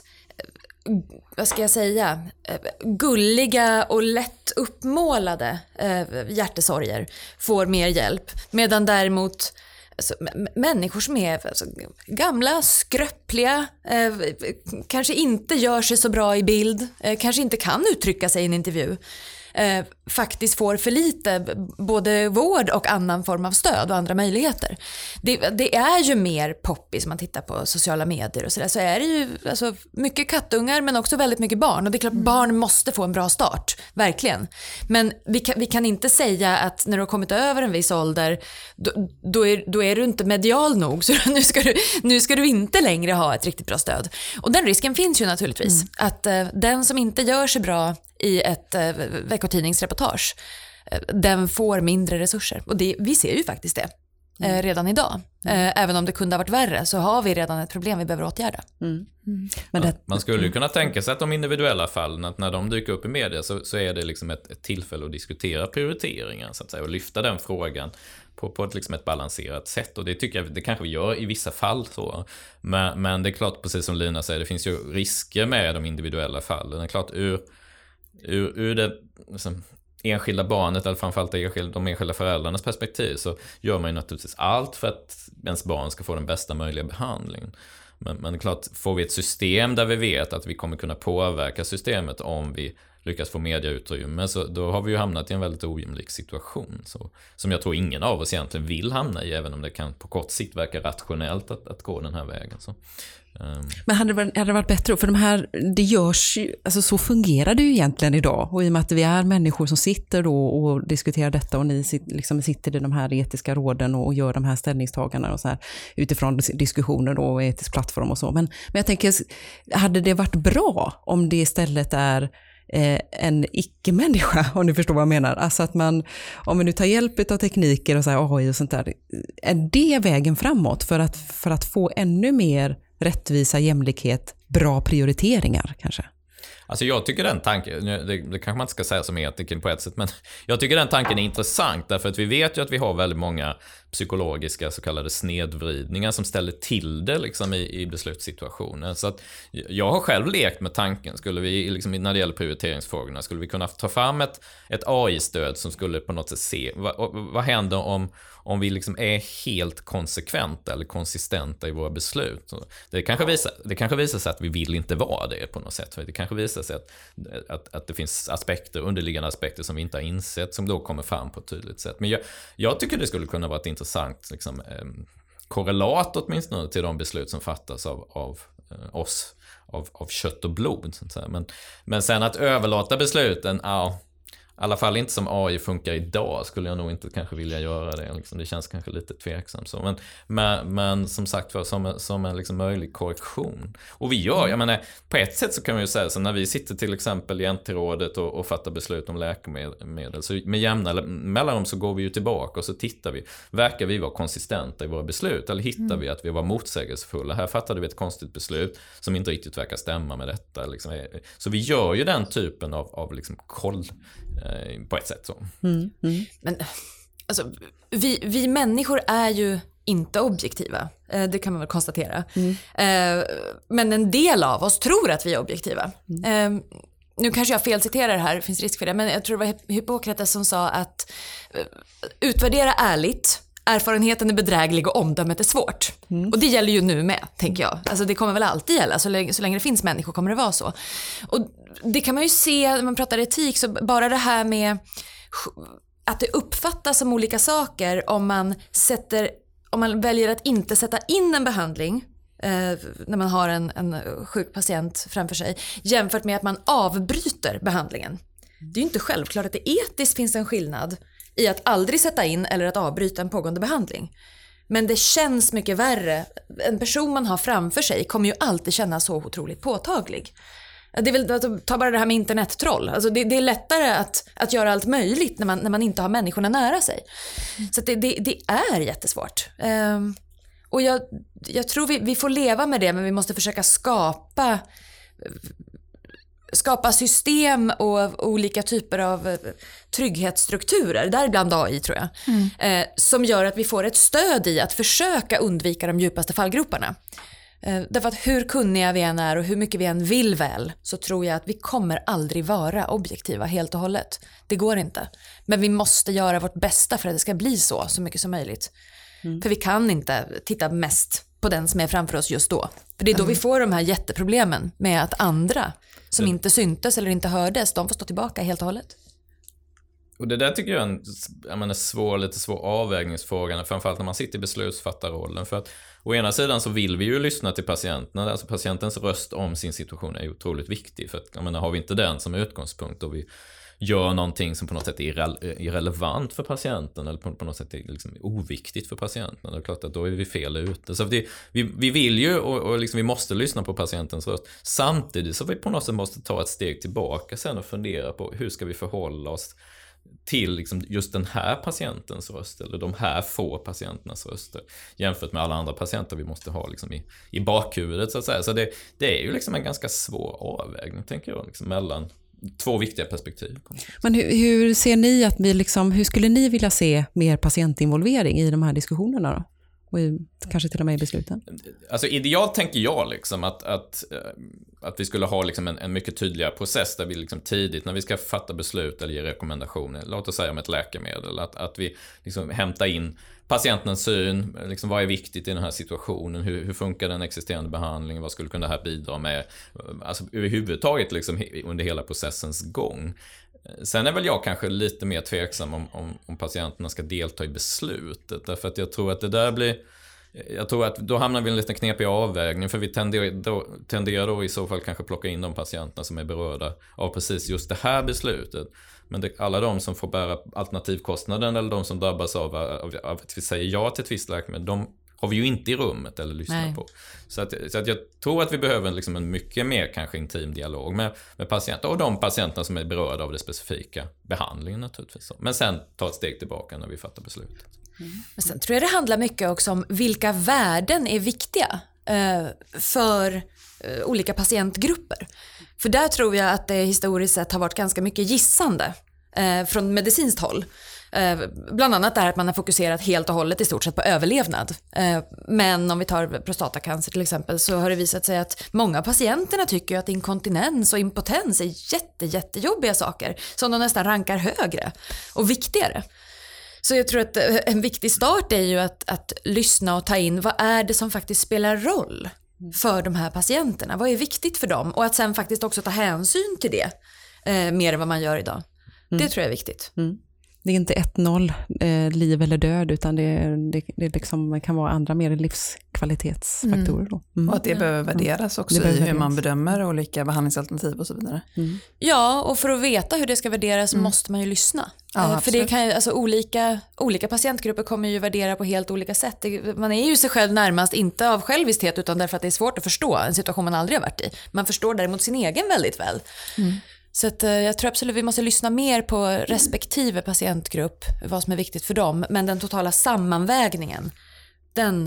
vad ska jag säga, gulliga och lätt uppmålade hjärtesorger får mer hjälp, medan däremot alltså, m- människor som är alltså, gamla, skröpliga, eh, kanske inte gör sig så bra i bild, eh, kanske inte kan uttrycka sig i en intervju, eh, faktiskt får för lite både vård och annan form av stöd och andra möjligheter. Det, det är ju mer poppis, man tittar på sociala medier och sådär, så är det ju alltså, mycket kattungar men också väldigt mycket barn, och det är klart mm. barn måste få en bra start, verkligen. Men vi kan, vi kan inte säga att när du har kommit över en viss ålder då, då, är, då är du inte medial nog, så nu ska, du, nu ska du inte längre ha ett riktigt bra stöd. Och den risken finns ju naturligtvis, mm. att eh, den som inte gör sig bra i ett eh, veckotidningsreportage, eh, den får mindre resurser. Och det, vi ser ju faktiskt det eh, redan idag. Mm. Eh, även om det kunde ha varit värre så har vi redan ett problem vi behöver åtgärda. Mm. Mm. Men det... ja, man skulle ju kunna tänka sig att de individuella fallen, att när de dyker upp i media så, så är det liksom ett, ett tillfälle att diskutera prioriteringar så att säga, och lyfta den frågan på, på ett, liksom ett balanserat sätt. Och det tycker jag det kanske vi gör i vissa fall. Så. Men, men det är klart, precis som Lina säger, det finns ju risker med de individuella fallen. Det är klart, ur Ur, ur det liksom, enskilda barnet, eller framförallt de enskilda föräldrarnas perspektiv, så gör man ju naturligtvis allt för att ens barn ska få den bästa möjliga behandlingen. Men, men det är klart, får vi ett system där vi vet att vi kommer kunna påverka systemet om vi lyckas få mediautrymme, så då har vi ju hamnat i en väldigt ojämlik situation. Så, som jag tror ingen av oss egentligen vill hamna i, även om det kan på kort sikt verka rationellt att, att gå den här vägen. Så. Um. Men hade det, varit, hade det varit bättre, för de här, det görs ju, alltså så fungerar det ju egentligen idag, och i och med att vi är människor som sitter då och diskuterar detta, och ni sit, liksom sitter i de här etiska råden och, och gör de här ställningstagandena och så här, utifrån diskussioner då, och etisk plattform och så, men, men jag tänker, hade det varit bra om det istället är eh, en icke-människa, om du förstår vad jag menar, alltså att man, om vi nu tar hjälp av tekniker och så här, A I och sånt där, är det vägen framåt för att, för att få ännu mer rättvisa, jämlikhet, bra prioriteringar kanske? Alltså jag tycker den tanken, det, det kanske man inte ska säga som etiken på ett sätt, men jag tycker den tanken är intressant, därför att vi vet ju att vi har väldigt många psykologiska så kallade snedvridningar som ställer till det liksom i, i beslutssituationer. Så att jag har själv lekt med tanken, skulle vi liksom, när det gäller prioriteringsfrågorna, skulle vi kunna ta fram ett, ett A I-stöd som skulle på något sätt se, vad, vad händer om om vi liksom är helt konsekventa eller konsistenta i våra beslut. Det kanske visar, det kanske visar sig att vi vill inte vara det på något sätt. Det kanske visar sig att, att, att det finns aspekter, underliggande aspekter som vi inte har insett, som då kommer fram på ett tydligt sätt. Men jag, jag tycker det skulle kunna vara ett intressant liksom, eh, korrelat åtminstone till de beslut som fattas av, av eh, oss, av, av kött och blod. Så att säga. Men, men sen att överlåta besluten, ja, i alla fall inte som A I funkar idag, skulle jag nog inte kanske vilja göra det. Liksom. Det känns kanske lite tveksamt. Så. Men, men, men som sagt, för, som, som en liksom möjlig korrektion. Och vi gör, jag menar, på ett sätt så kan man ju säga så när vi sitter till exempel i N T-rådet och, och fattar beslut om läkemedel, så med jämna mellan så går vi ju tillbaka och så tittar vi. Verkar vi vara konsistenta i våra beslut? Eller hittar mm. vi att vi var motsägelsefulla? Här fattade vi ett konstigt beslut som inte riktigt verkar stämma med detta. Liksom. Så vi gör ju den typen av, av liksom koll på ett sätt så. Mm, mm. Men alltså, vi, vi människor är ju inte objektiva. Det kan man väl konstatera. Mm. Men en del av oss tror att vi är objektiva. Mm. nu kanske jag felciterar här, det finns risk för det, men jag tror det var Hippokrates som sa att utvärdera ärligt, erfarenheten är bedräglig och omdömet är svårt. Mm. Och det gäller ju nu med, tänker jag. Alltså det kommer väl alltid gälla, så länge, så länge det finns människor kommer det vara så. Och det kan man ju se när man pratar etik, så bara det här med att det uppfattas som olika saker om man sätter, om man väljer att inte sätta in en behandling eh, när man har en, en sjuk patient framför sig, jämfört med att man avbryter behandlingen. Det är ju inte självklart att det etiskt finns en skillnad i att aldrig sätta in eller att avbryta en pågående behandling. Men det känns mycket värre. En person man har framför sig kommer ju alltid kännas så otroligt påtaglig. Det är väl, ta bara det här med internettroll. Alltså det, det är lättare att, att göra allt möjligt när man, när man inte har människorna nära sig. Så det, det, det är jättesvårt. Um, och jag, jag tror vi, vi får leva med det, men vi måste försöka skapa skapa system och olika typer av trygghetsstrukturer, däribland A I tror jag, mm. eh, som gör att vi får ett stöd i att försöka undvika de djupaste fallgroparna. Eh, därför att hur kunniga vi än är och hur mycket vi än vill väl, så tror jag att vi kommer aldrig vara objektiva helt och hållet. Det går inte. Men vi måste göra vårt bästa för att det ska bli så, så mycket som möjligt. Mm. För vi kan inte titta mest på den som är framför oss just då. För det är då mm. vi får de här jätteproblemen med att andra som inte syntes eller inte hördes, de får stå tillbaka helt och hållet. Och det där tycker jag är en jag menar, svår, lite svår avvägningsfråga, framförallt när man sitter i beslutsfattarrollen. För att å ena sidan så vill vi ju lyssna till patienterna, alltså patientens röst om sin situation är otroligt viktig. För att jag menar, har vi inte den som utgångspunkt och vi gör någonting som på något sätt är irre- irrelevant för patienten eller på, på något sätt är liksom oviktigt för patienten, det är klart att då är vi fel ute. Så det, vi, vi vill ju och, och liksom vi måste lyssna på patientens röst, samtidigt så vi på något sätt måste ta ett steg tillbaka sen och fundera på hur ska vi förhålla oss till liksom just den här patientens röst eller de här få patienternas röster jämfört med alla andra patienter vi måste ha liksom i, i bakhuvudet så att säga. Så det, det är ju liksom en ganska svår avvägning, tänker jag, liksom mellan två viktiga perspektiv. Men hur, hur ser ni att vi liksom, hur skulle ni vilja se mer patientinvolvering i de här diskussionerna då? Och i, kanske till och med i besluten? Alltså idealt tänker jag liksom att, att, att vi skulle ha liksom en, en mycket tydligare process där vi liksom tidigt när vi ska fatta beslut eller ge rekommendationer, låt oss säga om ett läkemedel, att, att vi liksom hämtar in patientens syn, liksom vad är viktigt i den här situationen, hur, hur funkar den existerande behandlingen, vad skulle kunna det här bidra med, alltså överhuvudtaget liksom under hela processens gång. Sen är väl jag kanske lite mer tveksam om, om, om patienterna ska delta i beslutet, därför att jag tror att det där blir, jag tror att då hamnar vi i en lite knepig avvägning, för vi tenderar då, tenderar då i så fall kanske plocka in de patienterna som är berörda av precis just det här beslutet. Men det, alla de som får bära alternativkostnaden eller de som drabbas av, av, av att vi säger ja till ett visst läkemedel, de har vi ju inte i rummet eller lyssnar Nej. på. Så, att, så att jag tror att vi behöver liksom en mycket mer kanske intim dialog med, med patienter och de patienter som är berörda av det specifika behandlingen naturligtvis. Men sen ta ett steg tillbaka när vi fattar beslutet. Mm. Men sen tror jag det handlar mycket också om vilka värden är viktiga eh, för eh, olika patientgrupper. För där tror jag att det historiskt sett har varit ganska mycket gissande eh, från medicinskt håll. Eh, bland annat är att man har fokuserat helt och hållet i stort sett på överlevnad. Eh, men om vi tar prostatacancer till exempel, så har det visat sig att många av patienterna tycker att inkontinens och impotens är jätte, jättejobbiga saker som de nästan rankar högre och viktigare. Så jag tror att en viktig start är ju att, att lyssna och ta in vad är det som faktiskt spelar roll för de här patienterna. Vad är viktigt för dem? Och att sen faktiskt också ta hänsyn till det eh, mer än vad man gör idag. Mm. Det tror jag är viktigt. Mm. Det är inte ett noll eh, liv eller död, utan det, det, det liksom kan vara andra mer livskvalitetsfaktorer. Då. Mm. Och att det behöver värderas också behöver i hur värderas. Man bedömer olika behandlingsalternativ och så vidare. Mm. Ja, och för att veta hur det ska värderas mm. måste man ju lyssna. Ja, för det kan ju, alltså, olika, olika patientgrupper kommer ju värdera på helt olika sätt. Det, man är ju sig själv närmast, inte av själviskhet utan därför att det är svårt att förstå en situation man aldrig har varit i. Man förstår däremot sin egen väldigt väl. Mm. Så att, jag tror absolut vi måste lyssna mer på respektive patientgrupp, vad som är viktigt för dem. Men den totala sammanvägningen, den,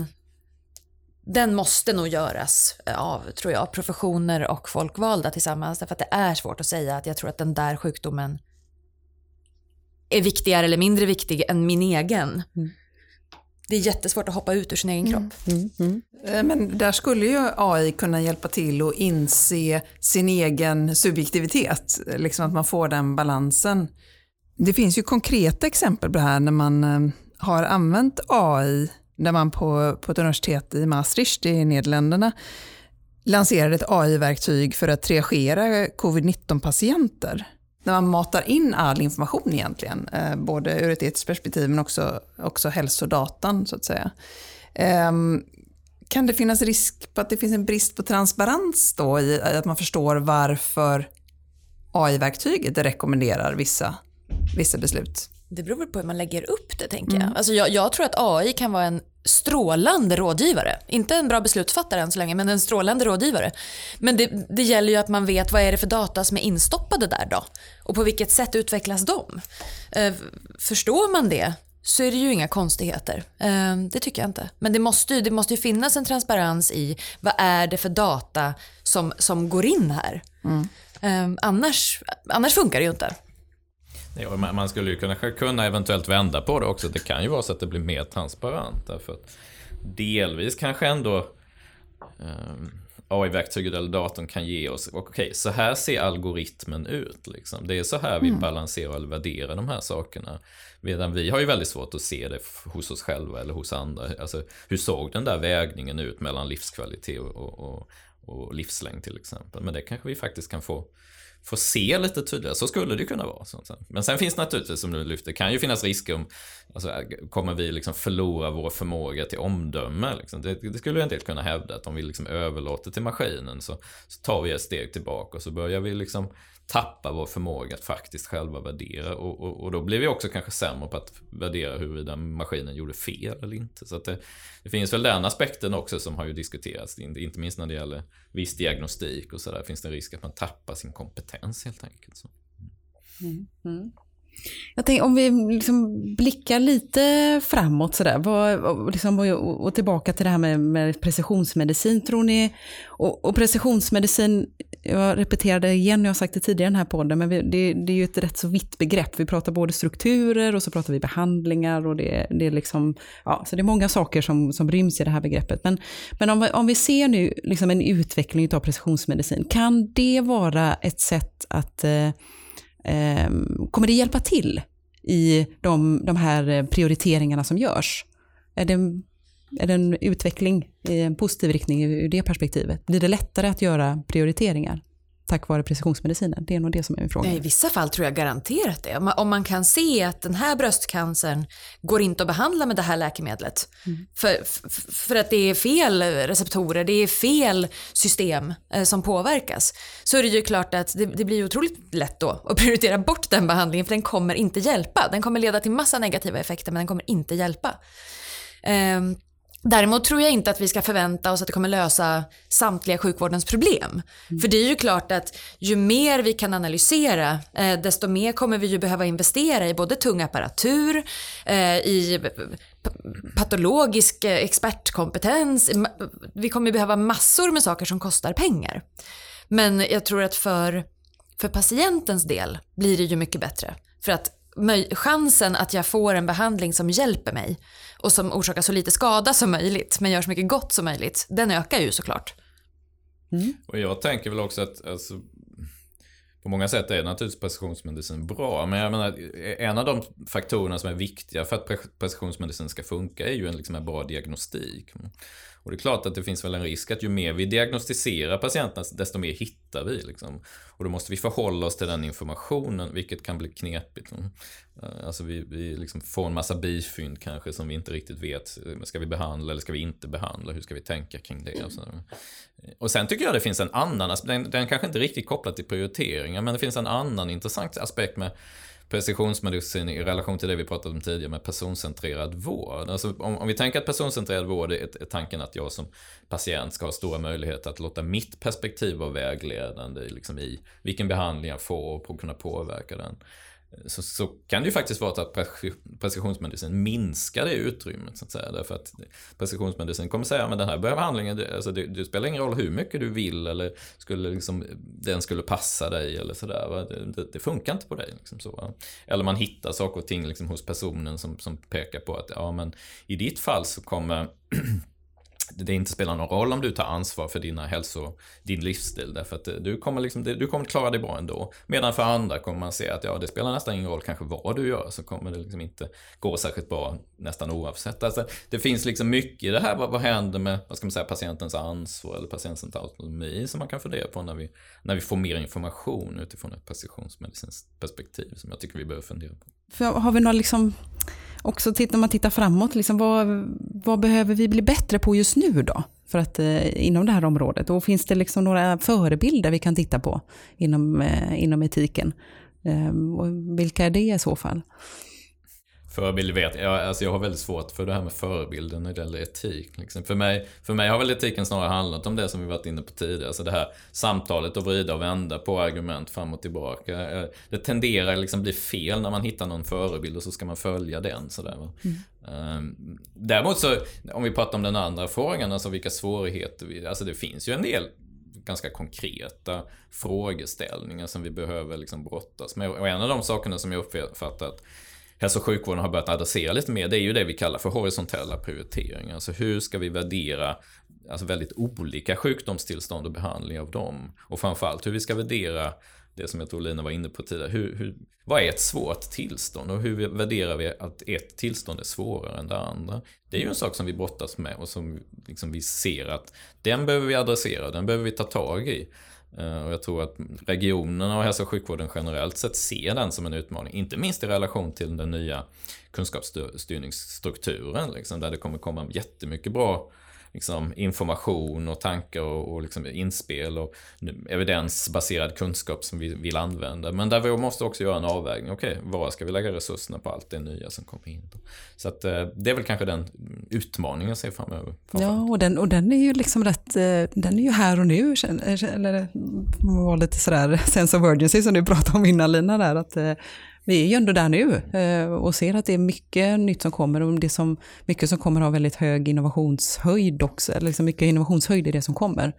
den måste nog göras av, tror jag, professioner och folkvalda tillsammans. Därför att det är svårt att säga att jag tror att den där sjukdomen är viktigare eller mindre viktig än min egen. Mm. Det är jättesvårt att hoppa ut ur sin egen kropp. Mm, mm. Men där skulle ju A I kunna hjälpa till att inse sin egen subjektivitet, liksom att man får den balansen. Det finns ju konkreta exempel på det här när man har använt A I, där man på, på ett universitet i Maastricht i Nederländerna lanserade ett A I-verktyg för att triagera covid nitton-patienter. När man matar in all information egentligen, eh, både ur ett etiskt perspektiv men också, också hälsodatan så att säga. Eh, kan det finnas risk på att det finns en brist på transparens då i att man förstår varför A I-verktyget rekommenderar vissa, vissa beslut? Det beror på hur man lägger upp det, tänker jag. Mm. Alltså jag. Jag tror att A I kan vara en strålande rådgivare. Inte en bra beslutsfattare än så länge, men en strålande rådgivare. Men det, det gäller ju att man vet vad är det för data som är instoppade där då. Och på vilket sätt utvecklas de? Eh, förstår man det så är det ju inga konstigheter. Eh, det tycker jag inte. Men det måste ju, det måste ju finnas en transparens i vad är det för data som, som går in här. Mm. Eh, annars, annars funkar det ju inte. Ja, man skulle ju kunna, kunna eventuellt vända på det också. Det kan ju vara så att det blir mer transparent. Därför att delvis kanske ändå um, A I-verktyget eller datorn kan ge oss, okej, okay, så här ser algoritmen ut. Liksom. Det är så här vi mm. balanserar eller värderar de här sakerna. Medan vi har ju väldigt svårt att se det hos oss själva eller hos andra. Alltså, hur såg den där vägningen ut mellan livskvalitet och, och, och livslängd till exempel? Men det kanske vi faktiskt kan få Få se lite tydligare, så skulle det kunna vara. Men sen finns naturligtvis, som du lyfter, kan ju finnas risker om, alltså, kommer vi liksom förlora vår förmåga till omdöme. Liksom. Det, det skulle ju en del kunna hävda, att om vi liksom överlåter till maskinen så, så tar vi ett steg tillbaka och så börjar vi liksom tappa vår förmåga att faktiskt själva värdera. Och, och, och då blir vi också kanske sämre på att värdera huruvida maskinen gjorde fel eller inte. Så att det, det finns väl den aspekten också som har ju diskuterats, inte minst när det gäller viss diagnostik och sådär. Finns det en risk att man tappar sin kompetens helt enkelt. Så. Mm. Mm. Jag tänker, om vi liksom blickar lite framåt sådär, vad, och, liksom, och, och tillbaka till det här med, med precisionsmedicin, tror ni? Och, och precisionsmedicin, jag repeterade igen, jag har sagt det tidigare i den här podden, men vi, det, det är ju ett rätt så vitt begrepp. Vi pratar både strukturer och så pratar vi behandlingar och det, det är liksom, ja, så det är många saker som, som ryms i det här begreppet. Men, men om, om vi ser nu liksom en utveckling av precisionsmedicin, kan det vara ett sätt att eh, kommer det hjälpa till i de, de här prioriteringarna som görs? Är det, är det en utveckling i en positiv riktning ur det perspektivet? Blir det lättare att göra prioriteringar tack vare precisionsmedicinen? Det är nog det som är min fråga. I vissa fall tror jag garanterat det. Om man, om man kan se att den här bröstcancern går inte att behandla med det här läkemedlet. Mm. För, för, för att det är fel receptorer, det är fel system eh, som påverkas. Så är det ju klart att det, det blir otroligt lätt då att prioritera bort den behandlingen, för den kommer inte hjälpa. Den kommer leda till massa negativa effekter, men den kommer inte hjälpa. Eh, Däremot tror jag inte att vi ska förvänta oss att det kommer lösa samtliga sjukvårdens problem. Mm. För det är ju klart att ju mer vi kan analysera, eh, desto mer kommer vi ju behöva investera i både tung apparatur, eh, i patologisk expertkompetens. Vi kommer behöva massor med saker som kostar pengar. Men jag tror att för, för patientens del blir det ju mycket bättre. För att chansen att jag får en behandling som hjälper mig och som orsakar så lite skada som möjligt men gör så mycket gott som möjligt, den ökar ju såklart. Mm. Och jag tänker väl också att alltså, på många sätt är naturligtvis precisionsmedicin bra, men jag menar, en av de faktorerna som är viktiga för att precisionsmedicin ska funka är ju en, liksom en bra diagnostik. Och det är klart att det finns väl en risk att ju mer vi diagnostiserar patienterna, desto mer hittar vi. Liksom. Och då måste vi förhålla oss till den informationen, vilket kan bli knepigt. Alltså vi, vi liksom får en massa bifynd kanske som vi inte riktigt vet. Ska vi behandla eller ska vi inte behandla? Hur ska vi tänka kring det? Och, så. Och sen tycker jag det finns en annan aspekt, den, den kanske inte riktigt kopplad till prioriteringar, men det finns en annan intressant aspekt med precisionsmedicin i relation till det vi pratade om tidigare med personcentrerad vård. Alltså om, om vi tänker att personcentrerad vård är, är tanken att jag som patient ska ha stora möjligheter att låta mitt perspektiv vara vägledande liksom i vilken behandling jag får och kunna påverka den. så, så kan det ju faktiskt vara att precisionsmedicin minskar det utrymmet så att säga. Därför att precisionsmedicin kommer säga att den här behandlingen, det, alltså det, det spelar ingen roll hur mycket du vill eller skulle liksom, den skulle passa dig eller sådär. Det, det, det funkar inte på dig. Liksom så, va? Eller man hittar saker och ting liksom hos personen som, som pekar på att ja, men i ditt fall så kommer det inte spelar någon roll om du tar ansvar för dina hälso, din livsstil, därför att du kommer, liksom, du kommer klara dig bra ändå. Medan för andra kommer man se att ja, det spelar nästan ingen roll kanske vad du gör, så kommer det liksom inte gå särskilt bra nästan oavsett. Alltså, det finns liksom mycket i det här, vad, vad händer med vad ska man säga, patientens ansvar eller patientens autonomi som man kan fundera på när vi, när vi får mer information utifrån ett precisionsmedicinskt perspektiv som jag tycker vi behöver fundera på. För har vi några liksom också titt, när man tittar framåt, liksom, vad, vad behöver vi bli bättre på just nu då? För att, eh, inom det här området. Och finns det liksom några förebilder vi kan titta på inom, eh, inom etiken? Eh, och vilka är det i så fall? Förebilder vet jag, alltså jag har väldigt svårt för det här med förebilden när det gäller etik. Liksom. För, mig, för mig har väl etiken snarare handlat om det som vi varit inne på tidigare. Alltså det här samtalet och vrida och vända på argument fram och tillbaka. Det tenderar liksom bli fel när man hittar någon förebild och så ska man följa den. Sådär, va? Mm. Däremot så, om vi pratar om den andra frågan, alltså vilka svårigheter vi, alltså det finns ju en del ganska konkreta frågeställningar som vi behöver liksom brottas med. Och en av de sakerna som jag uppfattar att hälso- och sjukvården har börjat adressera lite mer, det är ju det vi kallar för horisontella prioriteringar. Alltså hur ska vi värdera alltså väldigt olika sjukdomstillstånd och behandling av dem? Och framförallt hur vi ska värdera det som jag tror Lina var inne på tidigare. Hur, hur, vad är ett svårt tillstånd och hur värderar vi att ett tillstånd är svårare än det andra? Det är ju en sak som vi brottas med och som liksom vi ser att den behöver vi adressera, den behöver vi ta tag i. Och jag tror att regionerna och hälso- och sjukvården generellt sett ser den som en utmaning, inte minst i relation till den nya kunskapsstyrningsstrukturen liksom, där det kommer komma jättemycket bra liksom, information och tankar och, och liksom, inspel och evidensbaserad kunskap som vi vill använda, men där vi måste också göra en avvägning. Okej, okay, var ska vi lägga resurserna på allt det nya som kommer in då? Så att, det är väl kanske den utmaningen jag ser framöver. Ja, och den, och den är ju liksom rätt, den är ju här och nu, eller var lite sådär sense of urgency som du pratade om innan, Lina, där, att vi är ju ändå där nu och ser att det är mycket nytt som kommer, och det som, mycket som kommer ha väldigt hög innovationshöjd också, eller liksom mycket innovationshöjd i det som kommer.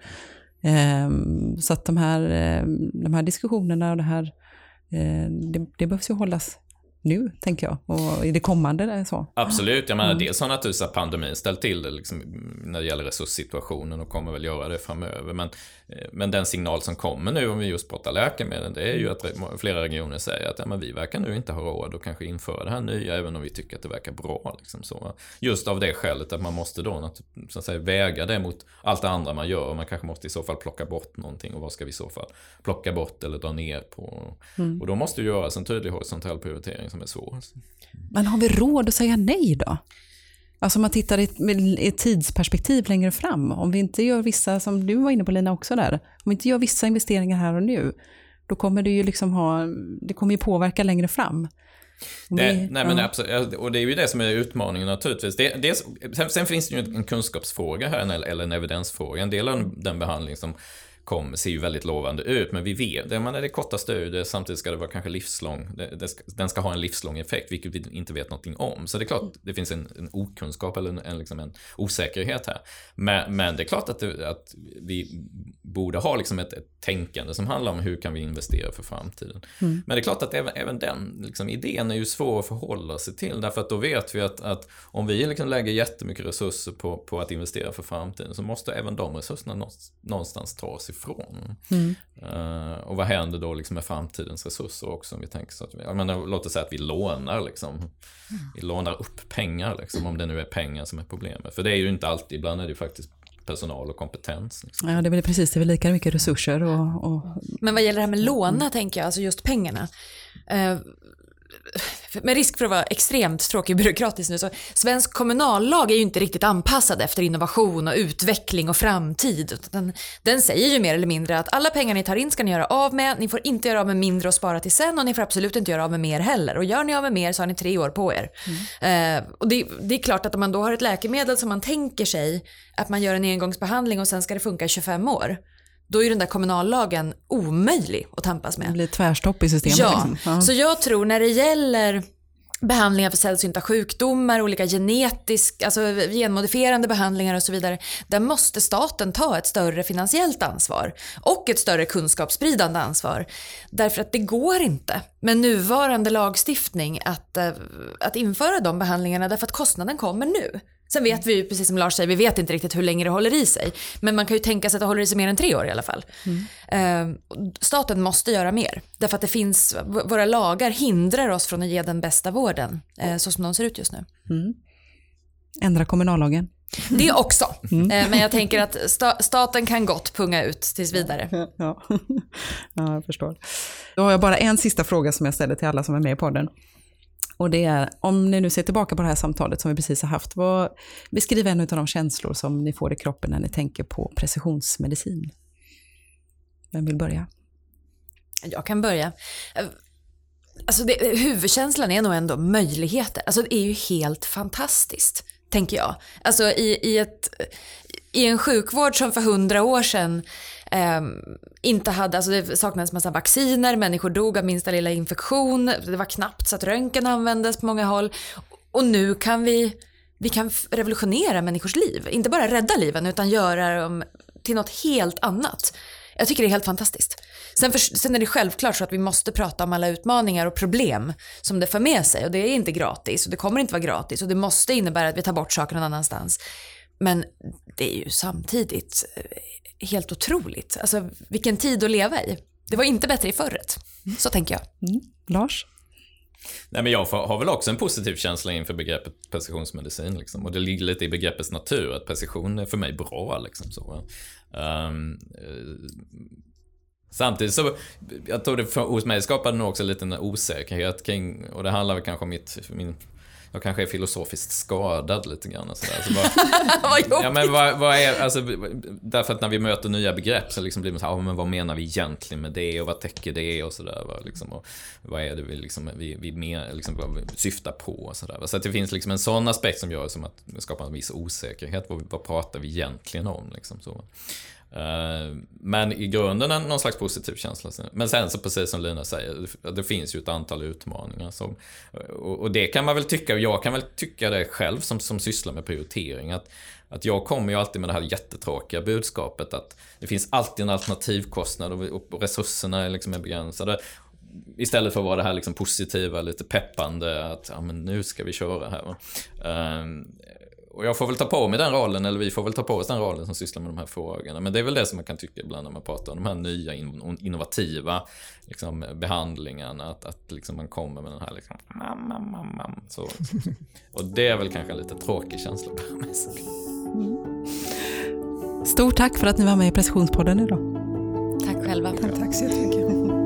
Så att de här, de här diskussionerna och det här, det, det behövs ju hållas nu, tänker jag, och i det kommande är så. Absolut, jag menar mm. dels har naturligtvis pandemin ställt till det liksom, när det gäller resurssituationen och kommer väl göra det framöver, men, men den signal som kommer nu om vi just pratar läkemedel, det är ju att flera regioner säger att ja, men vi verkar nu inte ha råd att kanske införa det här nya, även om vi tycker att det verkar bra liksom, så. Just av det skälet att man måste då så att säga, väga det mot allt det andra man gör, och man kanske måste i så fall plocka bort någonting, och vad ska vi i så fall plocka bort eller dra ner på, mm. och då måste ju göras en tydlig horisontell prioritering som är svår. Men har vi råd att säga nej då? Alltså om man tittar i ett, i ett tidsperspektiv längre fram. Om vi inte gör vissa, som du var inne på Lina också där, om vi inte gör vissa investeringar här och nu, då kommer det ju liksom ha, det kommer ju påverka längre fram. Det, vi, nej, men ja. absolut, och det är ju det som är utmaningen naturligtvis. Det, det, sen, sen finns det ju en kunskapsfråga här, eller en evidensfråga. En del av den behandling som kom, ser ju väldigt lovande ut, men vi vet det, man är det korta studier, samtidigt ska det vara kanske livslång, det, det ska, den ska ha en livslång effekt, vilket vi inte vet någonting om. Så det är klart, det finns en, en okunskap eller en, en, liksom en osäkerhet här. Men, men det är klart att, det, att vi borde ha liksom ett, ett tänkande som handlar om hur kan vi investera för framtiden. Mm. Men det är klart att även, även den liksom, idén är ju svår att förhålla sig till, därför att då vet vi att, att om vi liksom lägger jättemycket resurser på, på att investera för framtiden, så måste även de resurserna någonstans tas ifrån. Mm. Uh, och vad händer då liksom med framtidens resurser också, om vi tänker så att vi, jag menar, låt oss säga att vi lånar liksom, mm. vi lånar upp pengar liksom, om det nu är pengar som är problemet, för det är ju inte alltid, ibland är det ju faktiskt personal och kompetens. Liksom. Ja, det är väl precis, det är väl lika mycket resurser och, och... Men vad gäller det här med låna, mm. tänker jag, alltså just pengarna. Uh, med risk för att vara extremt tråkig och byråkratisk nu, så svensk kommunallag är ju inte riktigt anpassad efter innovation och utveckling och framtid. Den, den säger ju mer eller mindre att alla pengar ni tar in ska ni göra av med, ni får inte göra av med mindre och spara till sen, och ni får absolut inte göra av med mer heller, och gör ni av med mer så har ni tre år på er. Mm. Uh, och det, det är klart att om man då har ett läkemedel som man tänker sig att man gör en engångsbehandling och sen ska det funka i tjugofem år, då är den där kommunallagen omöjlig att tampas med. Det blir tvärstopp i systemet. Ja, liksom. Ja. Så jag tror när det gäller behandlingar för sällsynta sjukdomar, olika genetisk, alltså genmodifierande behandlingar och så vidare, där måste staten ta ett större finansiellt ansvar och ett större kunskapsspridande ansvar. Därför att det går inte med nuvarande lagstiftning att, att införa de behandlingarna, därför att kostnaden kommer nu. Sen vet vi ju, precis som Lars säger, vi vet inte riktigt hur länge det håller i sig. Men man kan ju tänka sig att det håller i sig mer än tre år i alla fall. Mm. Staten måste göra mer. Därför att det finns, våra lagar hindrar oss från att ge den bästa vården, så som de ser ut just nu. Mm. Ändra kommunallagen. Det också. Mm. Men jag tänker att sta- staten kan gott punga ut tills vidare. Ja. Ja, jag förstår. Då har jag bara en sista fråga som jag ställer till alla som är med i podden. Och det är, om ni nu ser tillbaka på det här samtalet som vi precis har haft, vad, beskriv en av de känslor som ni får i kroppen när ni tänker på precisionsmedicin. Vem vill börja? Jag kan börja. Alltså det, huvudkänslan är nog ändå möjligheter. Alltså det är ju helt fantastiskt, tänker jag. Alltså i, i, ett, i en sjukvård som för hundra år sedan eh, inte hade, alltså det saknades massa vacciner, människor dog av minsta lilla infektion, det var knappt så att röntgen användes på många håll. Och nu kan vi, vi kan revolutionera människors liv. Inte bara rädda liven utan göra dem till något helt annat. Jag tycker det är helt fantastiskt. Sen, för, sen är det självklart så att vi måste prata om alla utmaningar och problem som det för med sig. Och det är inte gratis och det kommer inte vara gratis. Och det måste innebära att vi tar bort saker någon annanstans. Men det är ju samtidigt helt otroligt. Alltså vilken tid att leva i. Det var inte bättre i förret. Så tänker jag. Mm. Lars? Nej, men jag har väl också en positiv känsla inför begreppet precisionsmedicin. Liksom. Och det ligger lite i begreppets natur att precision är för mig bra. Liksom, så. Um, uh, samtidigt så jag tror det för, hos mig skapade nog också lite en osäkerhet kring, och det handlar väl kanske om mitt, min, jag kanske är filosofiskt skadad lite grann och sådär. Så bara, ja, men vad, vad är, alltså, därför att när vi möter nya begrepp så liksom blir man så här, ah, men vad menar vi egentligen med det och vad täcker det och sådär, vad, liksom, och vad är det vi, liksom, vi, vi mer, liksom, vad vi syftar på och sådär. Så att det finns liksom en sån aspekt som gör som att det skapar en viss osäkerhet, vad, vad pratar vi egentligen om liksom, så. Men i grunden är någon slags positiv känsla. Men sen så precis som Lina säger, det finns ju ett antal utmaningar som, och det kan man väl tycka, och jag kan väl tycka det själv som, som sysslar med prioritering, att, att jag kommer ju alltid med det här jättetråkiga budskapet att det finns alltid en alternativkostnad och, och resurserna är liksom begränsade, istället för att vara det här liksom positiva, lite peppande att ja, men nu ska vi köra här. Um, Och jag får väl ta på mig den rollen, eller vi får väl ta på oss den rollen som sysslar med de här frågorna. Men det är väl det som man kan tycka ibland när man pratar om de här nya innovativa liksom, behandlingarna. Att, att liksom man kommer med den här liksom, mam, mam, mam, mam, så, så. Och det är väl kanske en lite tråkig känsla på mig. Stort tack för att ni var med i Precisionspodden idag. Tack själva. Tack, tack så jättemycket.